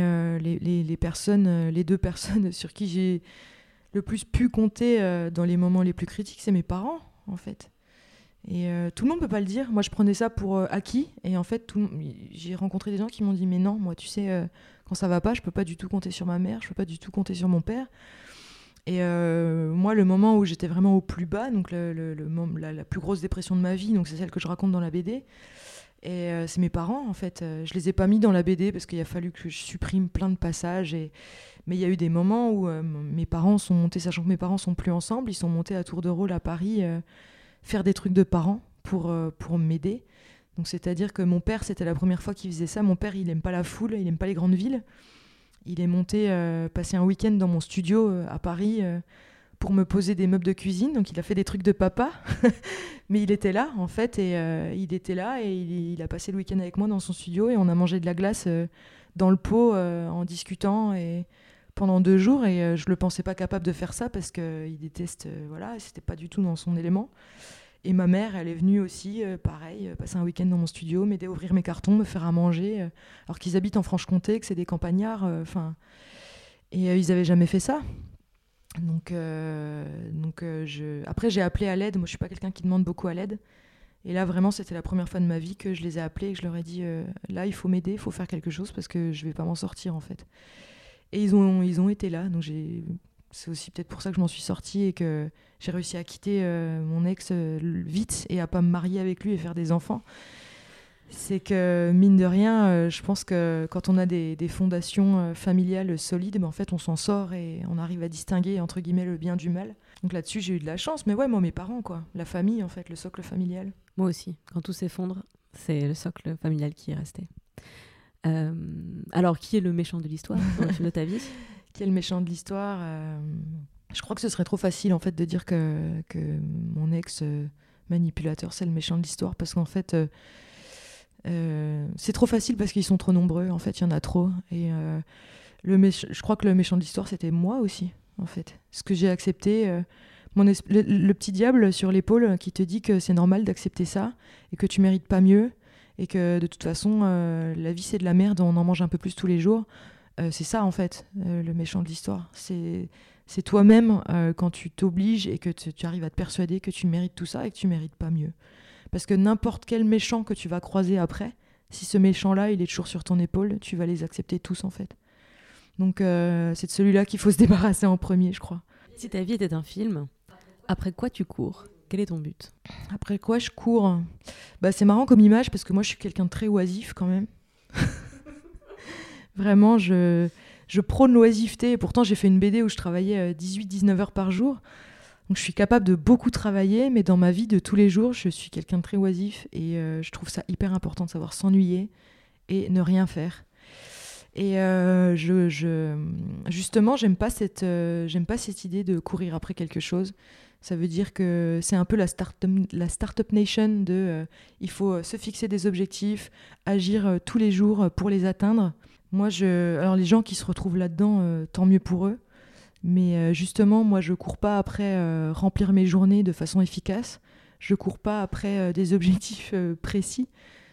les 2 personnes sur qui j'ai le plus pu compter dans les moments les plus critiques, c'est mes parents, en fait. Et tout le monde peut pas le dire. Moi, je prenais ça pour acquis. Et en fait, j'ai rencontré des gens qui m'ont dit « Mais non, moi, tu sais, quand ça va pas, je peux pas du tout compter sur ma mère, je peux pas du tout compter sur mon père. » Et moi, le moment où j'étais vraiment au plus bas, donc la plus grosse dépression de ma vie, donc c'est celle que je raconte dans la BD, et c'est mes parents, en fait. Je les ai pas mis dans la BD parce qu'il a fallu que je supprime plein de passages. Mais il y a eu des moments où mes parents sont montés, sachant que mes parents sont plus ensemble, ils sont montés à tour de rôle à Paris faire des trucs de parents pour m'aider. Donc c'est-à-dire que mon père, c'était la première fois qu'il faisait ça. Mon père, il aime pas la foule, il aime pas les grandes villes. Il est monté passer un week-end dans mon studio à Paris pour me poser des meubles de cuisine. Donc il a fait des trucs de papa, mais il était là en fait. Et il a passé le week-end avec moi dans son studio et on a mangé de la glace dans le pot en discutant et pendant 2 jours. Et je le pensais pas capable de faire ça parce qu'il déteste, c'était pas du tout dans son élément. Et ma mère, elle est venue aussi, pareil, passer un week-end dans mon studio, m'aider à ouvrir mes cartons, me faire à manger, alors qu'ils habitent en Franche-Comté, que c'est des campagnards, et ils n'avaient jamais fait ça. Donc après, j'ai appelé à l'aide. Moi, je ne suis pas quelqu'un qui demande beaucoup à l'aide. Et là, vraiment, c'était la première fois de ma vie que je les ai appelés et que je leur ai dit là, il faut m'aider, il faut faire quelque chose parce que je vais pas m'en sortir, en fait. Et ils ont été là. Donc c'est aussi peut-être pour ça que je m'en suis sortie et que j'ai réussi à quitter mon ex vite et à pas me marier avec lui et faire des enfants. C'est que, mine de rien, je pense que quand on a des fondations familiales solides, ben, en fait, on s'en sort et on arrive à distinguer, entre guillemets, le bien du mal. Donc là-dessus, j'ai eu de la chance. Mais ouais, moi, mes parents, quoi. La famille, en fait, le socle familial. Moi aussi, quand tout s'effondre, c'est le socle familial qui est resté. Alors, qui est le méchant de l'histoire dans le film de ta vie ? Qui est le méchant de l'histoire Je crois que ce serait trop facile, en fait, de dire que mon ex manipulateur, c'est le méchant de l'histoire. Parce qu'en fait... c'est trop facile parce qu'ils sont trop nombreux, en fait, il y en a trop. Et je crois que le méchant de l'histoire, c'était moi aussi, en fait. Ce que j'ai accepté, le petit diable sur l'épaule qui te dit que c'est normal d'accepter ça et que tu mérites pas mieux et que de toute façon, la vie c'est de la merde, on en mange un peu plus tous les jours. C'est ça, en fait, le méchant de l'histoire. C'est toi-même quand tu t'obliges et que tu arrives à te persuader que tu mérites tout ça et que tu mérites pas mieux. Parce que n'importe quel méchant que tu vas croiser après, si ce méchant-là, il est toujours sur ton épaule, tu vas les accepter tous, en fait. Donc, c'est de celui-là qu'il faut se débarrasser en premier, je crois. Si ta vie était un film, après quoi tu cours ? Quel est ton but ? Après quoi je cours ? C'est marrant comme image, parce que moi, je suis quelqu'un de très oisif, quand même. Vraiment, je prône l'oisiveté. Et pourtant, j'ai fait une BD où je travaillais 18-19 heures par jour. Donc je suis capable de beaucoup travailler, mais dans ma vie de tous les jours, je suis quelqu'un de très oisif et je trouve ça hyper important de savoir s'ennuyer et ne rien faire. Et justement, j'aime pas cette idée de courir après quelque chose. Ça veut dire que c'est un peu la start-up nation de il faut se fixer des objectifs, agir tous les jours pour les atteindre. Moi, alors les gens qui se retrouvent là-dedans, tant mieux pour eux. Mais justement, moi, je cours pas après remplir mes journées de façon efficace. Je cours pas après des objectifs précis.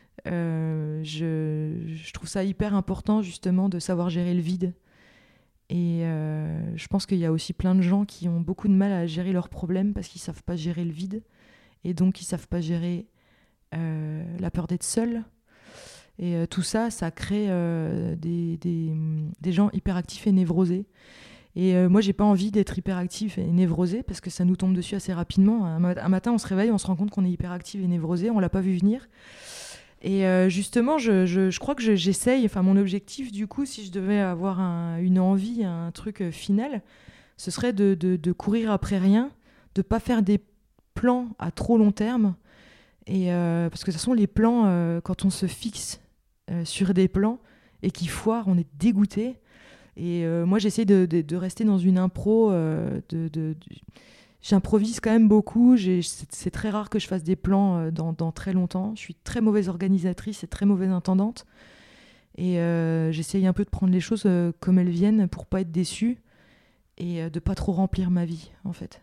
Je trouve ça hyper important, justement, de savoir gérer le vide. Et je pense qu'il y a aussi plein de gens qui ont beaucoup de mal à gérer leurs problèmes parce qu'ils savent pas gérer le vide. Et donc, ils savent pas gérer la peur d'être seuls. Et tout ça, ça crée des gens hyperactifs et névrosés. Et moi, j'ai pas envie d'être hyperactif et névrosé parce que ça nous tombe dessus assez rapidement. Un matin, on se réveille, on se rend compte qu'on est hyperactif et névrosé, on l'a pas vu venir. Et justement, je crois que j'essaye, enfin mon objectif du coup, si je devais avoir une envie, un truc final, ce serait de courir après rien, de pas faire des plans à trop long terme. Et parce que de toute façon, les plans, quand on se fixe sur des plans et qu'ils foirent, on est dégoûté. Et moi, j'essaie de rester dans une impro. J'improvise quand même beaucoup. C'est très rare que je fasse des plans dans très longtemps. Je suis très mauvaise organisatrice et très mauvaise intendante. Et j'essaye un peu de prendre les choses comme elles viennent pour pas être déçue et de pas trop remplir ma vie, en fait.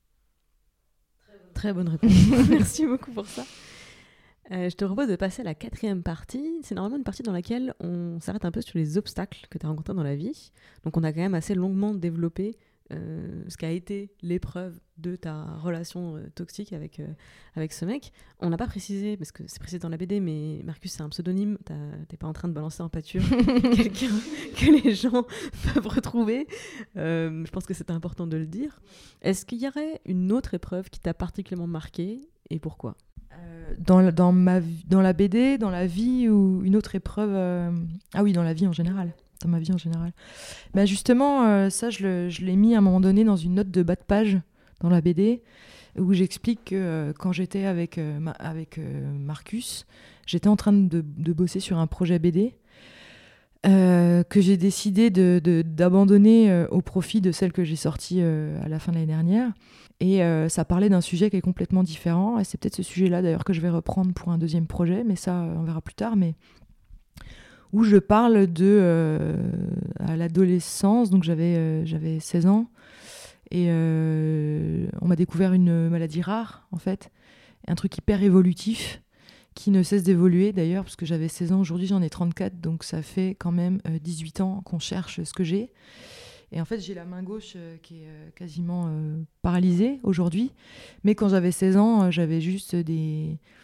Très bonne réponse. Merci beaucoup pour ça. Je te propose de passer à la 4e partie. C'est normalement une partie dans laquelle on s'arrête un peu sur les obstacles que tu as rencontrés dans la vie. Donc on a quand même assez longuement développé ce qu'a été l'épreuve de ta relation toxique avec ce mec. On n'a pas précisé, parce que c'est précisé dans la BD, mais Marcus c'est un pseudonyme, t'es pas en train de balancer en pâture quelqu'un que les gens peuvent retrouver. Je pense que c'est important de le dire. Est-ce qu'il y aurait une autre épreuve qui t'a particulièrement marqué et pourquoi ? Dans la BD, dans la vie ou une autre épreuve Ah oui, dans la vie en général. Dans ma vie en général. Justement, ça, je l'ai mis à un moment donné dans une note de bas de page dans la BD où j'explique que quand j'étais avec Marcus, j'étais en train de bosser sur un projet BD que j'ai décidé d'abandonner au profit de celle que j'ai sortie à la fin de l'année dernière. Et ça parlait d'un sujet qui est complètement différent. Et c'est peut-être ce sujet-là, d'ailleurs, que je vais reprendre pour un deuxième projet. Mais ça, on verra plus tard. Mais où je parle à l'adolescence. Donc, j'avais 16 ans. Et on m'a découvert une maladie rare, en fait. Un truc hyper évolutif qui ne cesse d'évoluer, d'ailleurs, parce que j'avais 16 ans. Aujourd'hui, j'en ai 34. Donc, ça fait quand même 18 ans qu'on cherche ce que j'ai. Et en fait, j'ai la main gauche qui est quasiment paralysée aujourd'hui. Mais quand j'avais 16 ans, j'avais juste des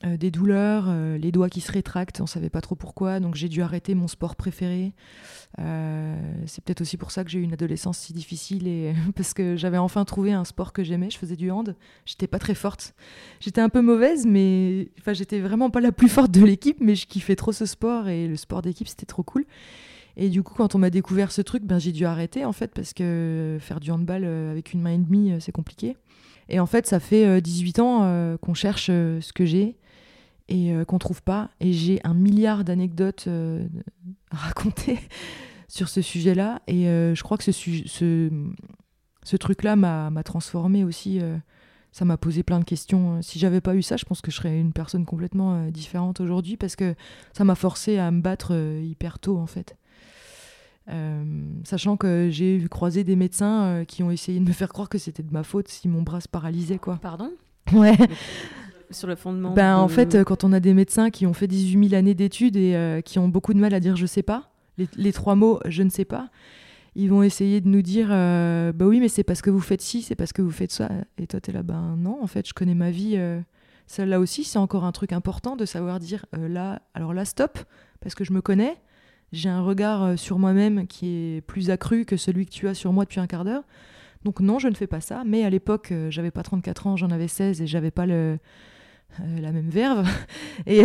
des douleurs, les doigts qui se rétractent, on savait pas trop pourquoi, donc j'ai dû arrêter mon sport préféré. C'est peut-être aussi pour ça que j'ai eu une adolescence si difficile, et parce que j'avais enfin trouvé un sport que j'aimais. Je faisais du hand, j'étais pas très forte, j'étais un peu mauvaise, mais enfin j'étais vraiment pas la plus forte de l'équipe, mais je kiffais trop ce sport, et le sport d'équipe c'était trop cool. Et du coup, quand on m'a découvert ce truc, j'ai dû arrêter en fait, parce que faire du handball avec une main et demie, c'est compliqué. Et en fait, ça fait 18 ans qu'on cherche ce que j'ai et qu'on trouve pas. Et j'ai un milliard d'anecdotes à raconter sur ce sujet-là. Et je crois que ce truc-là m'a transformée aussi. Ça m'a posé plein de questions. Si j'avais pas eu ça, je pense que je serais une personne complètement différente aujourd'hui, parce que ça m'a forcée à me battre hyper tôt en fait. Sachant que j'ai croisé des médecins qui ont essayé de me faire croire que c'était de ma faute si mon bras se paralysait, quoi. Pardon ? Ouais. Sur le fondement En fait, quand on a des médecins qui ont fait 18 000 années d'études et qui ont beaucoup de mal à dire « je sais pas », les 3 mots « je ne sais pas », ils vont essayer de nous dire bah oui, mais c'est parce que vous faites ci, c'est parce que vous faites ça. Et toi, t'es là, non, en fait, je connais ma vie. Celle-là aussi, c'est encore un truc important de savoir dire là, stop, parce que je me connais. J'ai un regard sur moi-même qui est plus accru que celui que tu as sur moi depuis un quart d'heure. Donc non, je ne fais pas ça. Mais à l'époque, j'avais pas 34 ans, j'en avais 16 et j'avais pas la même verve et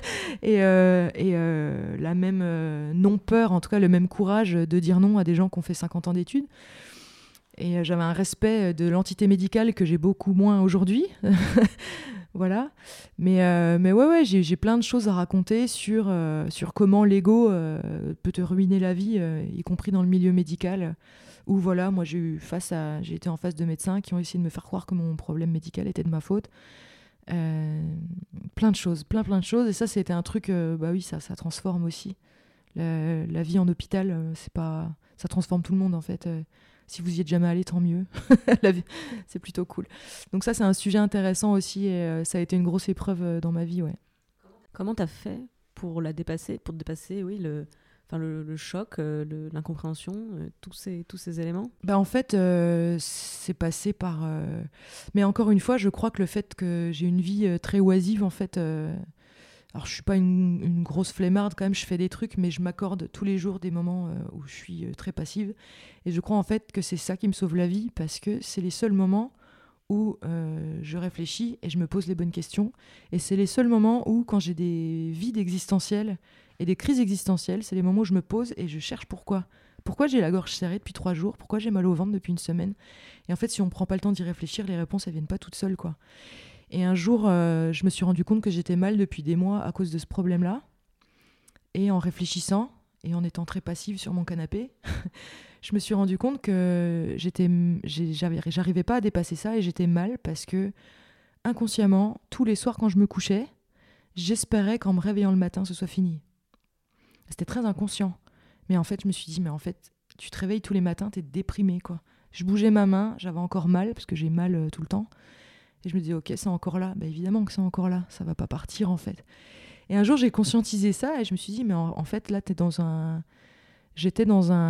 la même non-peur, en tout cas le même courage de dire non à des gens qui ont fait 50 ans d'études. Et j'avais un respect de l'entité médicale que j'ai beaucoup moins aujourd'hui. Voilà. Mais ouais, j'ai plein de choses à raconter sur comment l'ego peut te ruiner la vie, y compris dans le milieu médical, où voilà, moi j'ai été en face de médecins qui ont essayé de me faire croire que mon problème médical était de ma faute. Plein de choses. Et ça, c'était un truc, oui, ça transforme aussi. La vie en hôpital, ça transforme tout le monde en fait. Si vous y êtes jamais allé, tant mieux. C'est plutôt cool. Donc ça, c'est un sujet intéressant aussi, et ça a été une grosse épreuve dans ma vie, ouais. Comment t'as fait pour te dépasser, oui, le choc, l'incompréhension, tous ces éléments ? En fait, c'est passé par... Mais encore une fois, je crois que le fait que j'ai une vie très oisive, en fait... Alors, je suis pas une grosse flemmarde quand même, je fais des trucs, mais je m'accorde tous les jours des moments où je suis très passive. Et je crois en fait que c'est ça qui me sauve la vie, parce que c'est les seuls moments où je réfléchis et je me pose les bonnes questions. Et c'est les seuls moments où, quand j'ai des vides existentiels et des crises existentielles, c'est les moments où je me pose et je cherche pourquoi. Pourquoi j'ai la gorge serrée depuis 3 jours ? Pourquoi j'ai mal au ventre depuis une semaine ? Et en fait, si on prend pas le temps d'y réfléchir, les réponses, elles viennent pas toutes seules, quoi. Et un jour, je me suis rendu compte que j'étais mal depuis des mois à cause de ce problème-là. Et en réfléchissant et en étant très passive sur mon canapé, je me suis rendu compte que j'arrivais pas à dépasser ça, et j'étais mal parce que, inconsciemment, tous les soirs quand je me couchais, j'espérais qu'en me réveillant le matin, ce soit fini. C'était très inconscient. Mais en fait, je me suis dit, mais en fait, tu te réveilles tous les matins, t'es déprimé, quoi. Je bougeais ma main, j'avais encore mal, parce que j'ai mal tout le temps. Et je me disais, ok, c'est encore là. Évidemment que c'est encore là. Ça va pas partir, en fait. Et un jour, j'ai conscientisé ça et je me suis dit, mais en fait, là, j'étais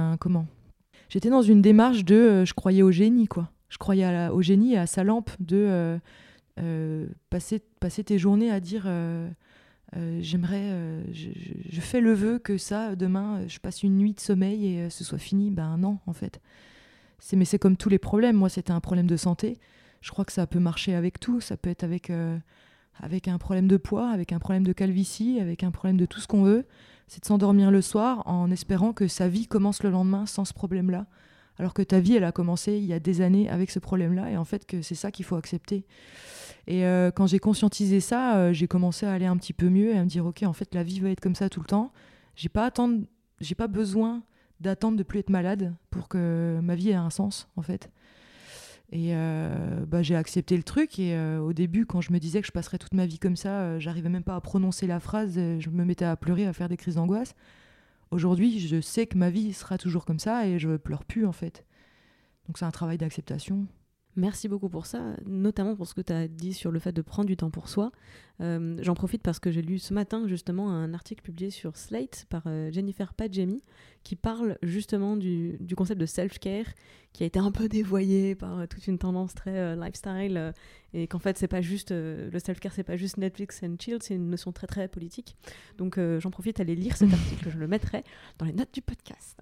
dans une démarche de... je croyais au génie, quoi. Je croyais au génie et à sa lampe de passer tes journées à dire j'aimerais... je fais le vœu que ça, demain, je passe une nuit de sommeil et ce soit fini. Non, en fait. Mais c'est comme tous les problèmes. Moi, c'était un problème de santé. Je crois que ça peut marcher avec tout. Ça peut être avec un problème de poids, avec un problème de calvitie, avec un problème de tout ce qu'on veut. C'est de s'endormir le soir en espérant que sa vie commence le lendemain sans ce problème-là. Alors que ta vie, elle a commencé il y a des années avec ce problème-là. Et en fait, que c'est ça qu'il faut accepter. Et quand j'ai conscientisé ça, j'ai commencé à aller un petit peu mieux et à me dire, ok, en fait, la vie va être comme ça tout le temps. J'ai pas besoin d'attendre de plus être malade pour que ma vie ait un sens, en fait. Et j'ai accepté le truc, et au début, quand je me disais que je passerais toute ma vie comme ça, j'arrivais même pas à prononcer la phrase, je me mettais à pleurer, à faire des crises d'angoisse. Aujourd'hui, je sais que ma vie sera toujours comme ça et je pleure plus, en fait. Donc c'est un travail d'acceptation. Merci beaucoup pour ça, notamment pour ce que tu as dit sur le fait de prendre du temps pour soi. J'en profite parce que j'ai lu ce matin justement un article publié sur Slate par Jennifer Padjemi qui parle justement du concept de self-care qui a été un peu dévoyé par toute une tendance très lifestyle et qu'en fait c'est pas juste le self-care, c'est pas juste Netflix and chill, c'est une notion très très politique. Donc j'en profite à aller lire cet article, je le mettrai dans les notes du podcast.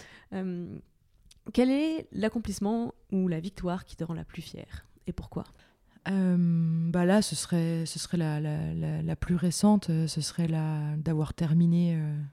Quel est l'accomplissement ou la victoire qui te rend la plus fière et pourquoi ? Là, ce serait la plus récente, ce serait d'avoir terminé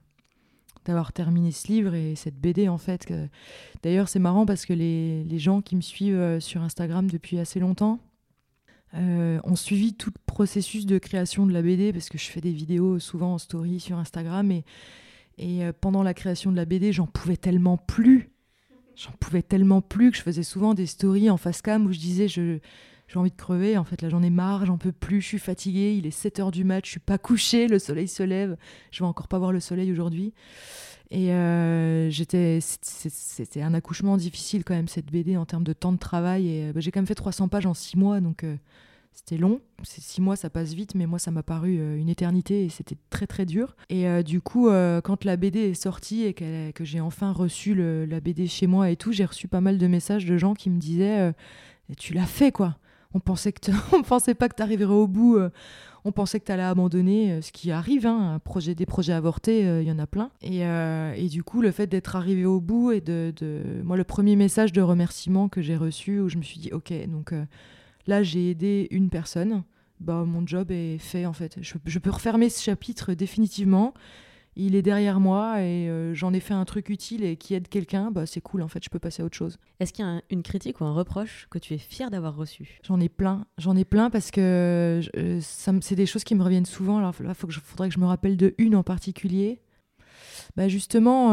ce livre et cette BD en fait. D'ailleurs, c'est marrant parce que les gens qui me suivent sur Instagram depuis assez longtemps ont suivi tout le processus de création de la BD parce que je fais des vidéos souvent en story sur Instagram et pendant la création de la BD, j'en pouvais tellement plus que je faisais souvent des stories en face cam où je disais j'ai envie de crever, en fait là j'en ai marre, j'en peux plus, je suis fatiguée, il est 7h du mat, je suis pas couchée, le soleil se lève, je vais encore pas voir le soleil aujourd'hui. Et c'était un accouchement difficile quand même cette BD en termes de temps de travail et j'ai quand même fait 300 pages en 6 mois donc c'était long, 6 mois ça passe vite mais moi ça m'a paru une éternité et c'était très très dur. Et du coup quand la BD est sortie et que j'ai enfin reçu la BD chez moi et tout, j'ai reçu pas mal de messages de gens qui me disaient tu l'as fait quoi, on pensait pas que t'arriverais au bout, on pensait que t'allais abandonner, ce qui arrive, hein, des projets avortés, il y en a plein. Et du coup le fait d'être arrivé au bout et moi le premier message de remerciement que j'ai reçu où je me suis dit ok donc là, j'ai aidé une personne. Mon job est fait, en fait. Je peux refermer ce chapitre définitivement. Il est derrière moi et j'en ai fait un truc utile et qui aide quelqu'un. C'est cool, en fait. Je peux passer à autre chose. Est-ce qu'il y a une critique ou un reproche que tu es fière d'avoir reçu ? J'en ai plein parce que c'est des choses qui me reviennent souvent. Alors là, faudrait que je me rappelle de une en particulier. Justement,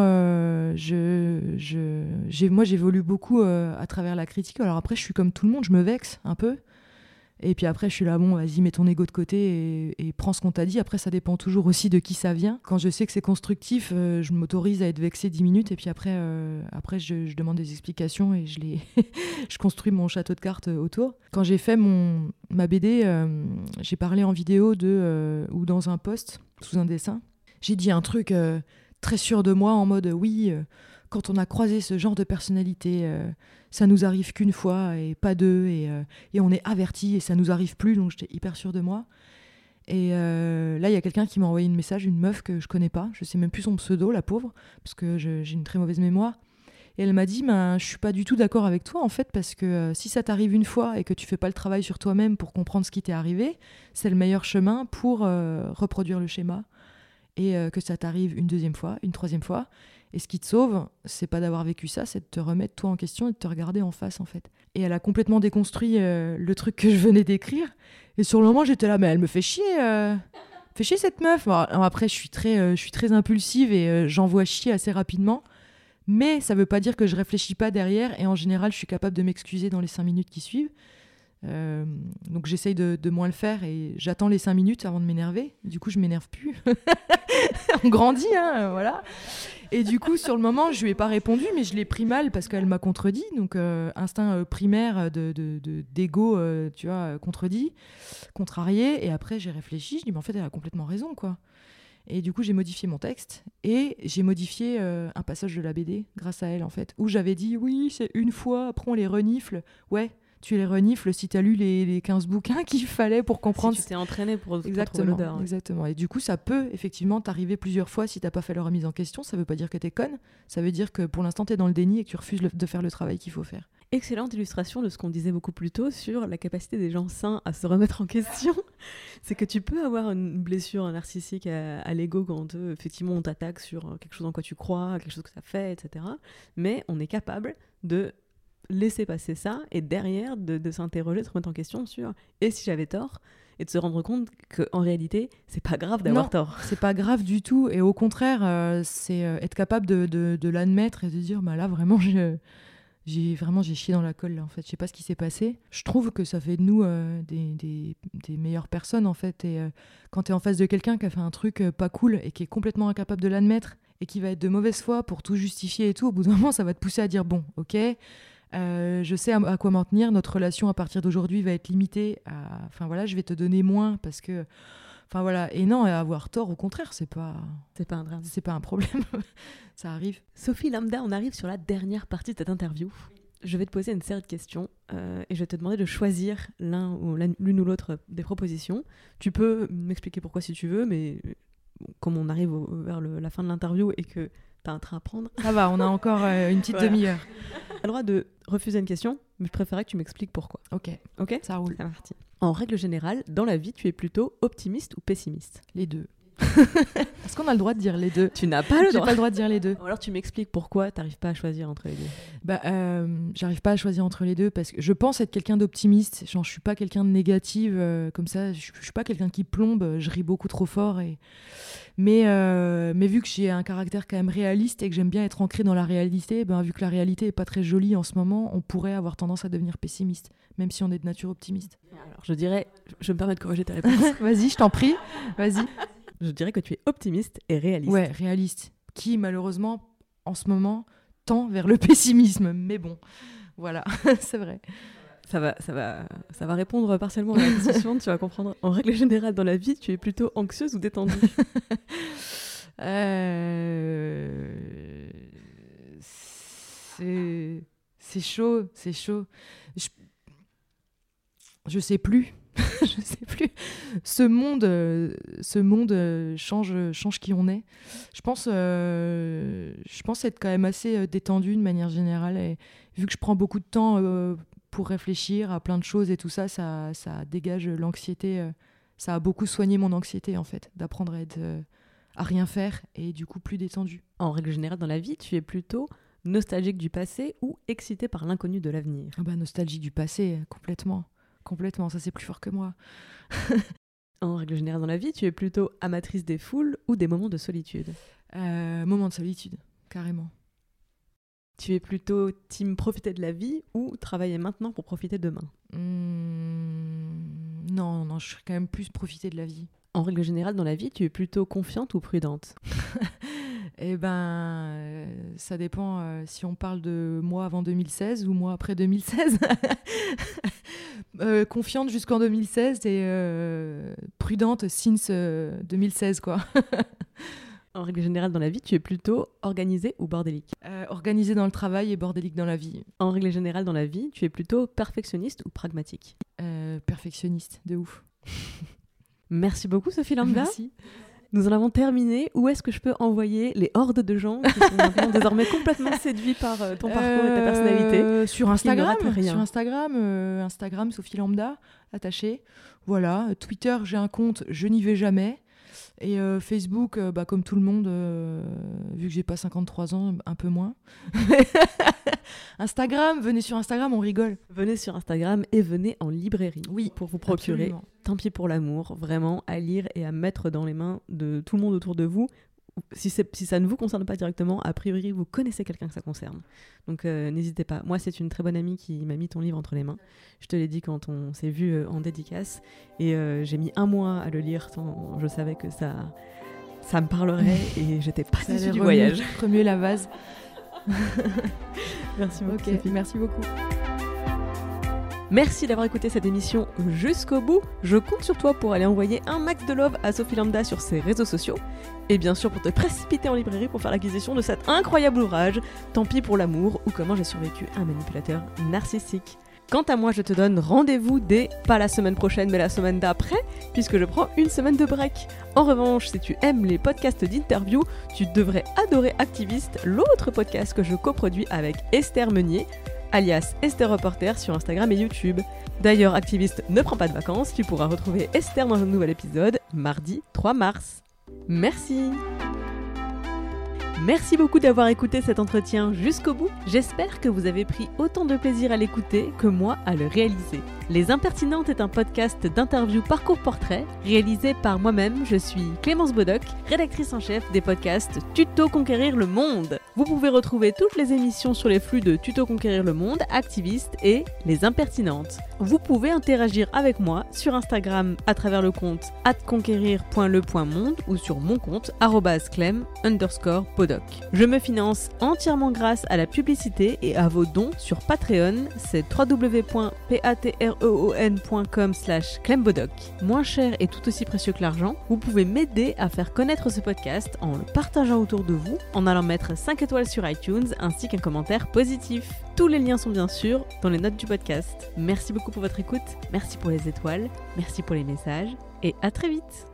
moi j'évolue beaucoup à travers la critique. Alors après, je suis comme tout le monde, je me vexe un peu. Et puis après, je suis là, bon, vas-y, mets ton ego de côté et prends ce qu'on t'a dit. Après, ça dépend toujours aussi de qui ça vient. Quand je sais que c'est constructif, je m'autorise à être vexée 10 minutes. Et puis après je demande des explications et je construis mon château de cartes autour. Quand j'ai fait ma BD, j'ai parlé en vidéo ou dans un post, sous un dessin. J'ai dit un truc très sûr de moi en mode oui, quand on a croisé ce genre de personnalité, ça nous arrive qu'une fois et pas deux et on est averti et ça nous arrive plus, donc j'étais hyper sûre de moi. Et là, il y a quelqu'un qui m'a envoyé un message, une meuf que je connais pas, je sais même plus son pseudo, la pauvre, parce que j'ai une très mauvaise mémoire. Et elle m'a dit, je suis pas du tout d'accord avec toi en fait, parce que si ça t'arrive une fois et que tu fais pas le travail sur toi-même pour comprendre ce qui t'est arrivé, c'est le meilleur chemin pour reproduire le schéma. Et que ça t'arrive une deuxième fois, une troisième fois. Et ce qui te sauve, c'est pas d'avoir vécu ça, c'est de te remettre toi en question et de te regarder en face, en fait. Et elle a complètement déconstruit le truc que je venais d'écrire. Et sur le moment, j'étais là, mais elle me fait chier cette meuf. Alors après, je suis très impulsive et j'envoie chier assez rapidement. Mais ça veut pas dire que je réfléchis pas derrière. Et en général, je suis capable de m'excuser dans les 5 minutes qui suivent. Donc j'essaye de moins le faire et j'attends les 5 minutes avant de m'énerver. Du coup je m'énerve plus. On grandit, hein, voilà. Et du coup sur le moment je lui ai pas répondu, mais je l'ai pris mal parce qu'elle m'a contredit. Donc instinct primaire d'ego, tu vois, contredit, contrarié. Et après j'ai réfléchi, je dis mais en fait elle a complètement raison quoi. Et du coup j'ai modifié mon texte et j'ai modifié un passage de la BD grâce à elle en fait, où j'avais dit oui c'est une fois, après on les renifle. Ouais, tu les renifles si tu as lu les 15 bouquins qu'il fallait pour comprendre. Si tu t'es entraîné pour trouver l'odeur. Exactement. Et du coup, ça peut effectivement t'arriver plusieurs fois si tu n'as pas fait la remise en question. Ça ne veut pas dire que tu es conne. Ça veut dire que pour l'instant, tu es dans le déni et que tu refuses de faire le travail qu'il faut faire. Excellente illustration de ce qu'on disait beaucoup plus tôt sur la capacité des gens sains à se remettre en question. C'est que tu peux avoir une blessure narcissique à l'ego quand effectivement on t'attaque sur quelque chose en quoi tu crois, quelque chose que ça fait, etc. Mais on est capable de laisser passer ça et derrière de s'interroger, de se remettre en question sur et si j'avais tort, et de se rendre compte qu'en réalité c'est pas grave d'avoir tort. C'est pas grave du tout et au contraire c'est être capable de l'admettre et de dire là vraiment j'ai chié dans la colle là, en fait, je sais pas ce qui s'est passé. Je trouve que ça fait de nous des meilleures personnes en fait et quand t'es en face de quelqu'un qui a fait un truc pas cool et qui est complètement incapable de l'admettre et qui va être de mauvaise foi pour tout justifier et tout, au bout d'un moment ça va te pousser à dire bon ok, Je sais à quoi m'en tenir. Notre relation à partir d'aujourd'hui va être limitée à... Enfin voilà, je vais te donner moins parce que... Enfin voilà, et non, avoir tort, au contraire, c'est pas un drame. C'est pas un problème, ça arrive. Sophie Lambda, on arrive sur la dernière partie de cette interview. Je vais te poser une série de questions et je vais te demander de choisir l'une ou l'autre des propositions. Tu peux m'expliquer pourquoi si tu veux, mais comme on arrive vers la fin de l'interview et que tu as un train à prendre... Ça va, on a encore une petite demi-heure. Tu as le droit de refuser une question, mais je préférais que tu m'expliques pourquoi. Ok, ça roule. C'est parti. En règle générale, dans la vie, tu es plutôt optimiste ou pessimiste ? Les deux. Est-ce qu'on a le droit de dire les deux ? Tu n'as pas le droit. J'ai pas le droit de dire les deux. Alors tu m'expliques pourquoi tu n'arrives pas à choisir entre les deux. J'arrive pas à choisir entre les deux parce que je pense être quelqu'un d'optimiste. Genre, je suis pas quelqu'un de négative comme ça. Je suis pas quelqu'un qui plombe. Je ris beaucoup trop fort. Mais vu que j'ai un caractère quand même réaliste et que j'aime bien être ancré dans la réalité, vu que la réalité est pas très jolie en ce moment, on pourrait avoir tendance à devenir pessimiste, même si on est de nature optimiste. Alors je dirais, je me permets de corriger ta réponse. Vas-y, je t'en prie. Vas-y. Je dirais que tu es optimiste et réaliste. Ouais, réaliste. Qui, malheureusement, en ce moment, tend vers le pessimisme. Mais bon, voilà, c'est vrai. Ça va répondre partiellement à la question suivante, tu vas comprendre. En règle générale, dans la vie, tu es plutôt anxieuse ou détendue ? C'est chaud. Je sais plus. Je sais plus. Ce monde change qui on est. Je pense être quand même assez détendue de manière générale. Et vu que je prends beaucoup de temps pour réfléchir à plein de choses et tout ça, ça dégage l'anxiété. Ça a beaucoup soigné mon anxiété, en fait, d'apprendre à rien faire et du coup plus détendue. En règle générale, dans la vie, tu es plutôt nostalgique du passé ou excitée par l'inconnu de l'avenir ? Nostalgique du passé, complètement. Complètement, ça c'est plus fort que moi. En règle générale dans la vie, tu es plutôt amatrice des foules ou des moments de solitude ? Moments de solitude, carrément. Tu es plutôt team profiter de la vie ou travailler maintenant pour profiter demain ? Non, je serais quand même plus profiter de la vie. En règle générale dans la vie, tu es plutôt confiante ou prudente ? Ça dépend si on parle de moi avant 2016 ou moi après 2016. Confiante jusqu'en 2016 et prudente since 2016, quoi. En règle générale dans la vie, tu es plutôt organisée ou bordélique ? Organisée dans le travail et bordélique dans la vie. En règle générale dans la vie, tu es plutôt perfectionniste ou pragmatique ? Perfectionniste, de ouf. Merci beaucoup Sophie Lambda. Merci. Nous en avons terminé. Où est-ce que je peux envoyer les hordes de gens qui sont maintenant désormais complètement séduits par ton parcours et ta personnalité ? Sur Instagram. Instagram, Sophie Lambda, attaché. Voilà. Twitter, j'ai un compte, je n'y vais jamais. Et Facebook, comme tout le monde, vu que j'ai pas 53 ans, un peu moins. Instagram, venez sur Instagram, on rigole. Venez sur Instagram et venez en librairie. Oui, pour vous procurer absolument. Tant pis pour l'amour, vraiment à lire et à mettre dans les mains de tout le monde autour de vous. Si ça ne vous concerne pas directement, a priori, vous connaissez quelqu'un que ça concerne. Donc n'hésitez pas. Moi, c'est une très bonne amie qui m'a mis ton livre entre les mains. Je te l'ai dit quand on s'est vu en dédicace. Et j'ai mis 1 mois à le lire, tant je savais que ça me parlerait et j'étais pas déçue du voyage. Remuer la vase. Merci beaucoup. Okay, merci beaucoup. Merci d'avoir écouté cette émission jusqu'au bout. Je compte sur toi pour aller envoyer un max de love à Sophie Lambda sur ses réseaux sociaux. Et bien sûr pour te précipiter en librairie pour faire l'acquisition de cet incroyable ouvrage, Tant pis pour l'amour ou comment j'ai survécu à un manipulateur narcissique. Quant à moi, je te donne rendez-vous pas la semaine prochaine, mais la semaine d'après, puisque je prends une semaine de break. En revanche, si tu aimes les podcasts d'interview, tu devrais adorer Activiste, l'autre podcast que je coproduis avec Esther Meunier, alias Esther Reporter sur Instagram et YouTube. D'ailleurs, Activiste ne prend pas de vacances, tu pourras retrouver Esther dans un nouvel épisode, mardi 3 mars. Merci. Merci beaucoup d'avoir écouté cet entretien jusqu'au bout. J'espère que vous avez pris autant de plaisir à l'écouter que moi à le réaliser. Les Impertinentes est un podcast d'interview parcours portrait réalisé par moi-même. Je suis Clémence Bodoc, rédactrice en chef des podcasts Tuto Conquérir le Monde. Vous pouvez retrouver toutes les émissions sur les flux de Tuto Conquérir le Monde, Activiste et Les Impertinentes. Vous pouvez interagir avec moi sur Instagram à travers le compte @conquérir.le.monde ou sur mon compte @clem_podoc. Je me finance entièrement grâce à la publicité et à vos dons sur Patreon, c'est www.patreon.com/clembodoc. Moins cher et tout aussi précieux que l'argent, vous pouvez m'aider à faire connaître ce podcast en le partageant autour de vous, en allant mettre 5 étoiles sur iTunes ainsi qu'un commentaire positif. Tous les liens sont bien sûr dans les notes du podcast. Merci beaucoup pour votre écoute, merci pour les étoiles, merci pour les messages et à très vite.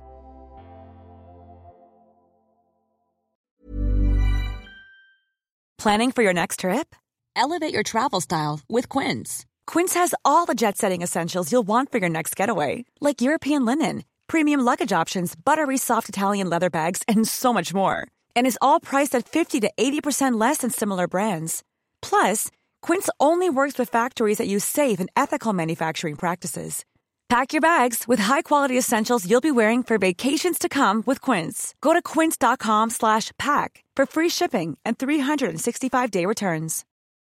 Planning for your next trip? Elevate your travel style with Quince. Quince has all the jet-setting essentials you'll want for your next getaway, like European linen, premium luggage options, buttery soft Italian leather bags, and so much more. And is all priced at 50 to 80% less than similar brands. Plus, Quince only works with factories that use safe and ethical manufacturing practices. Pack your bags with high-quality essentials you'll be wearing for vacations to come with Quince. Go to quince.com/pack for free shipping and 365-day returns.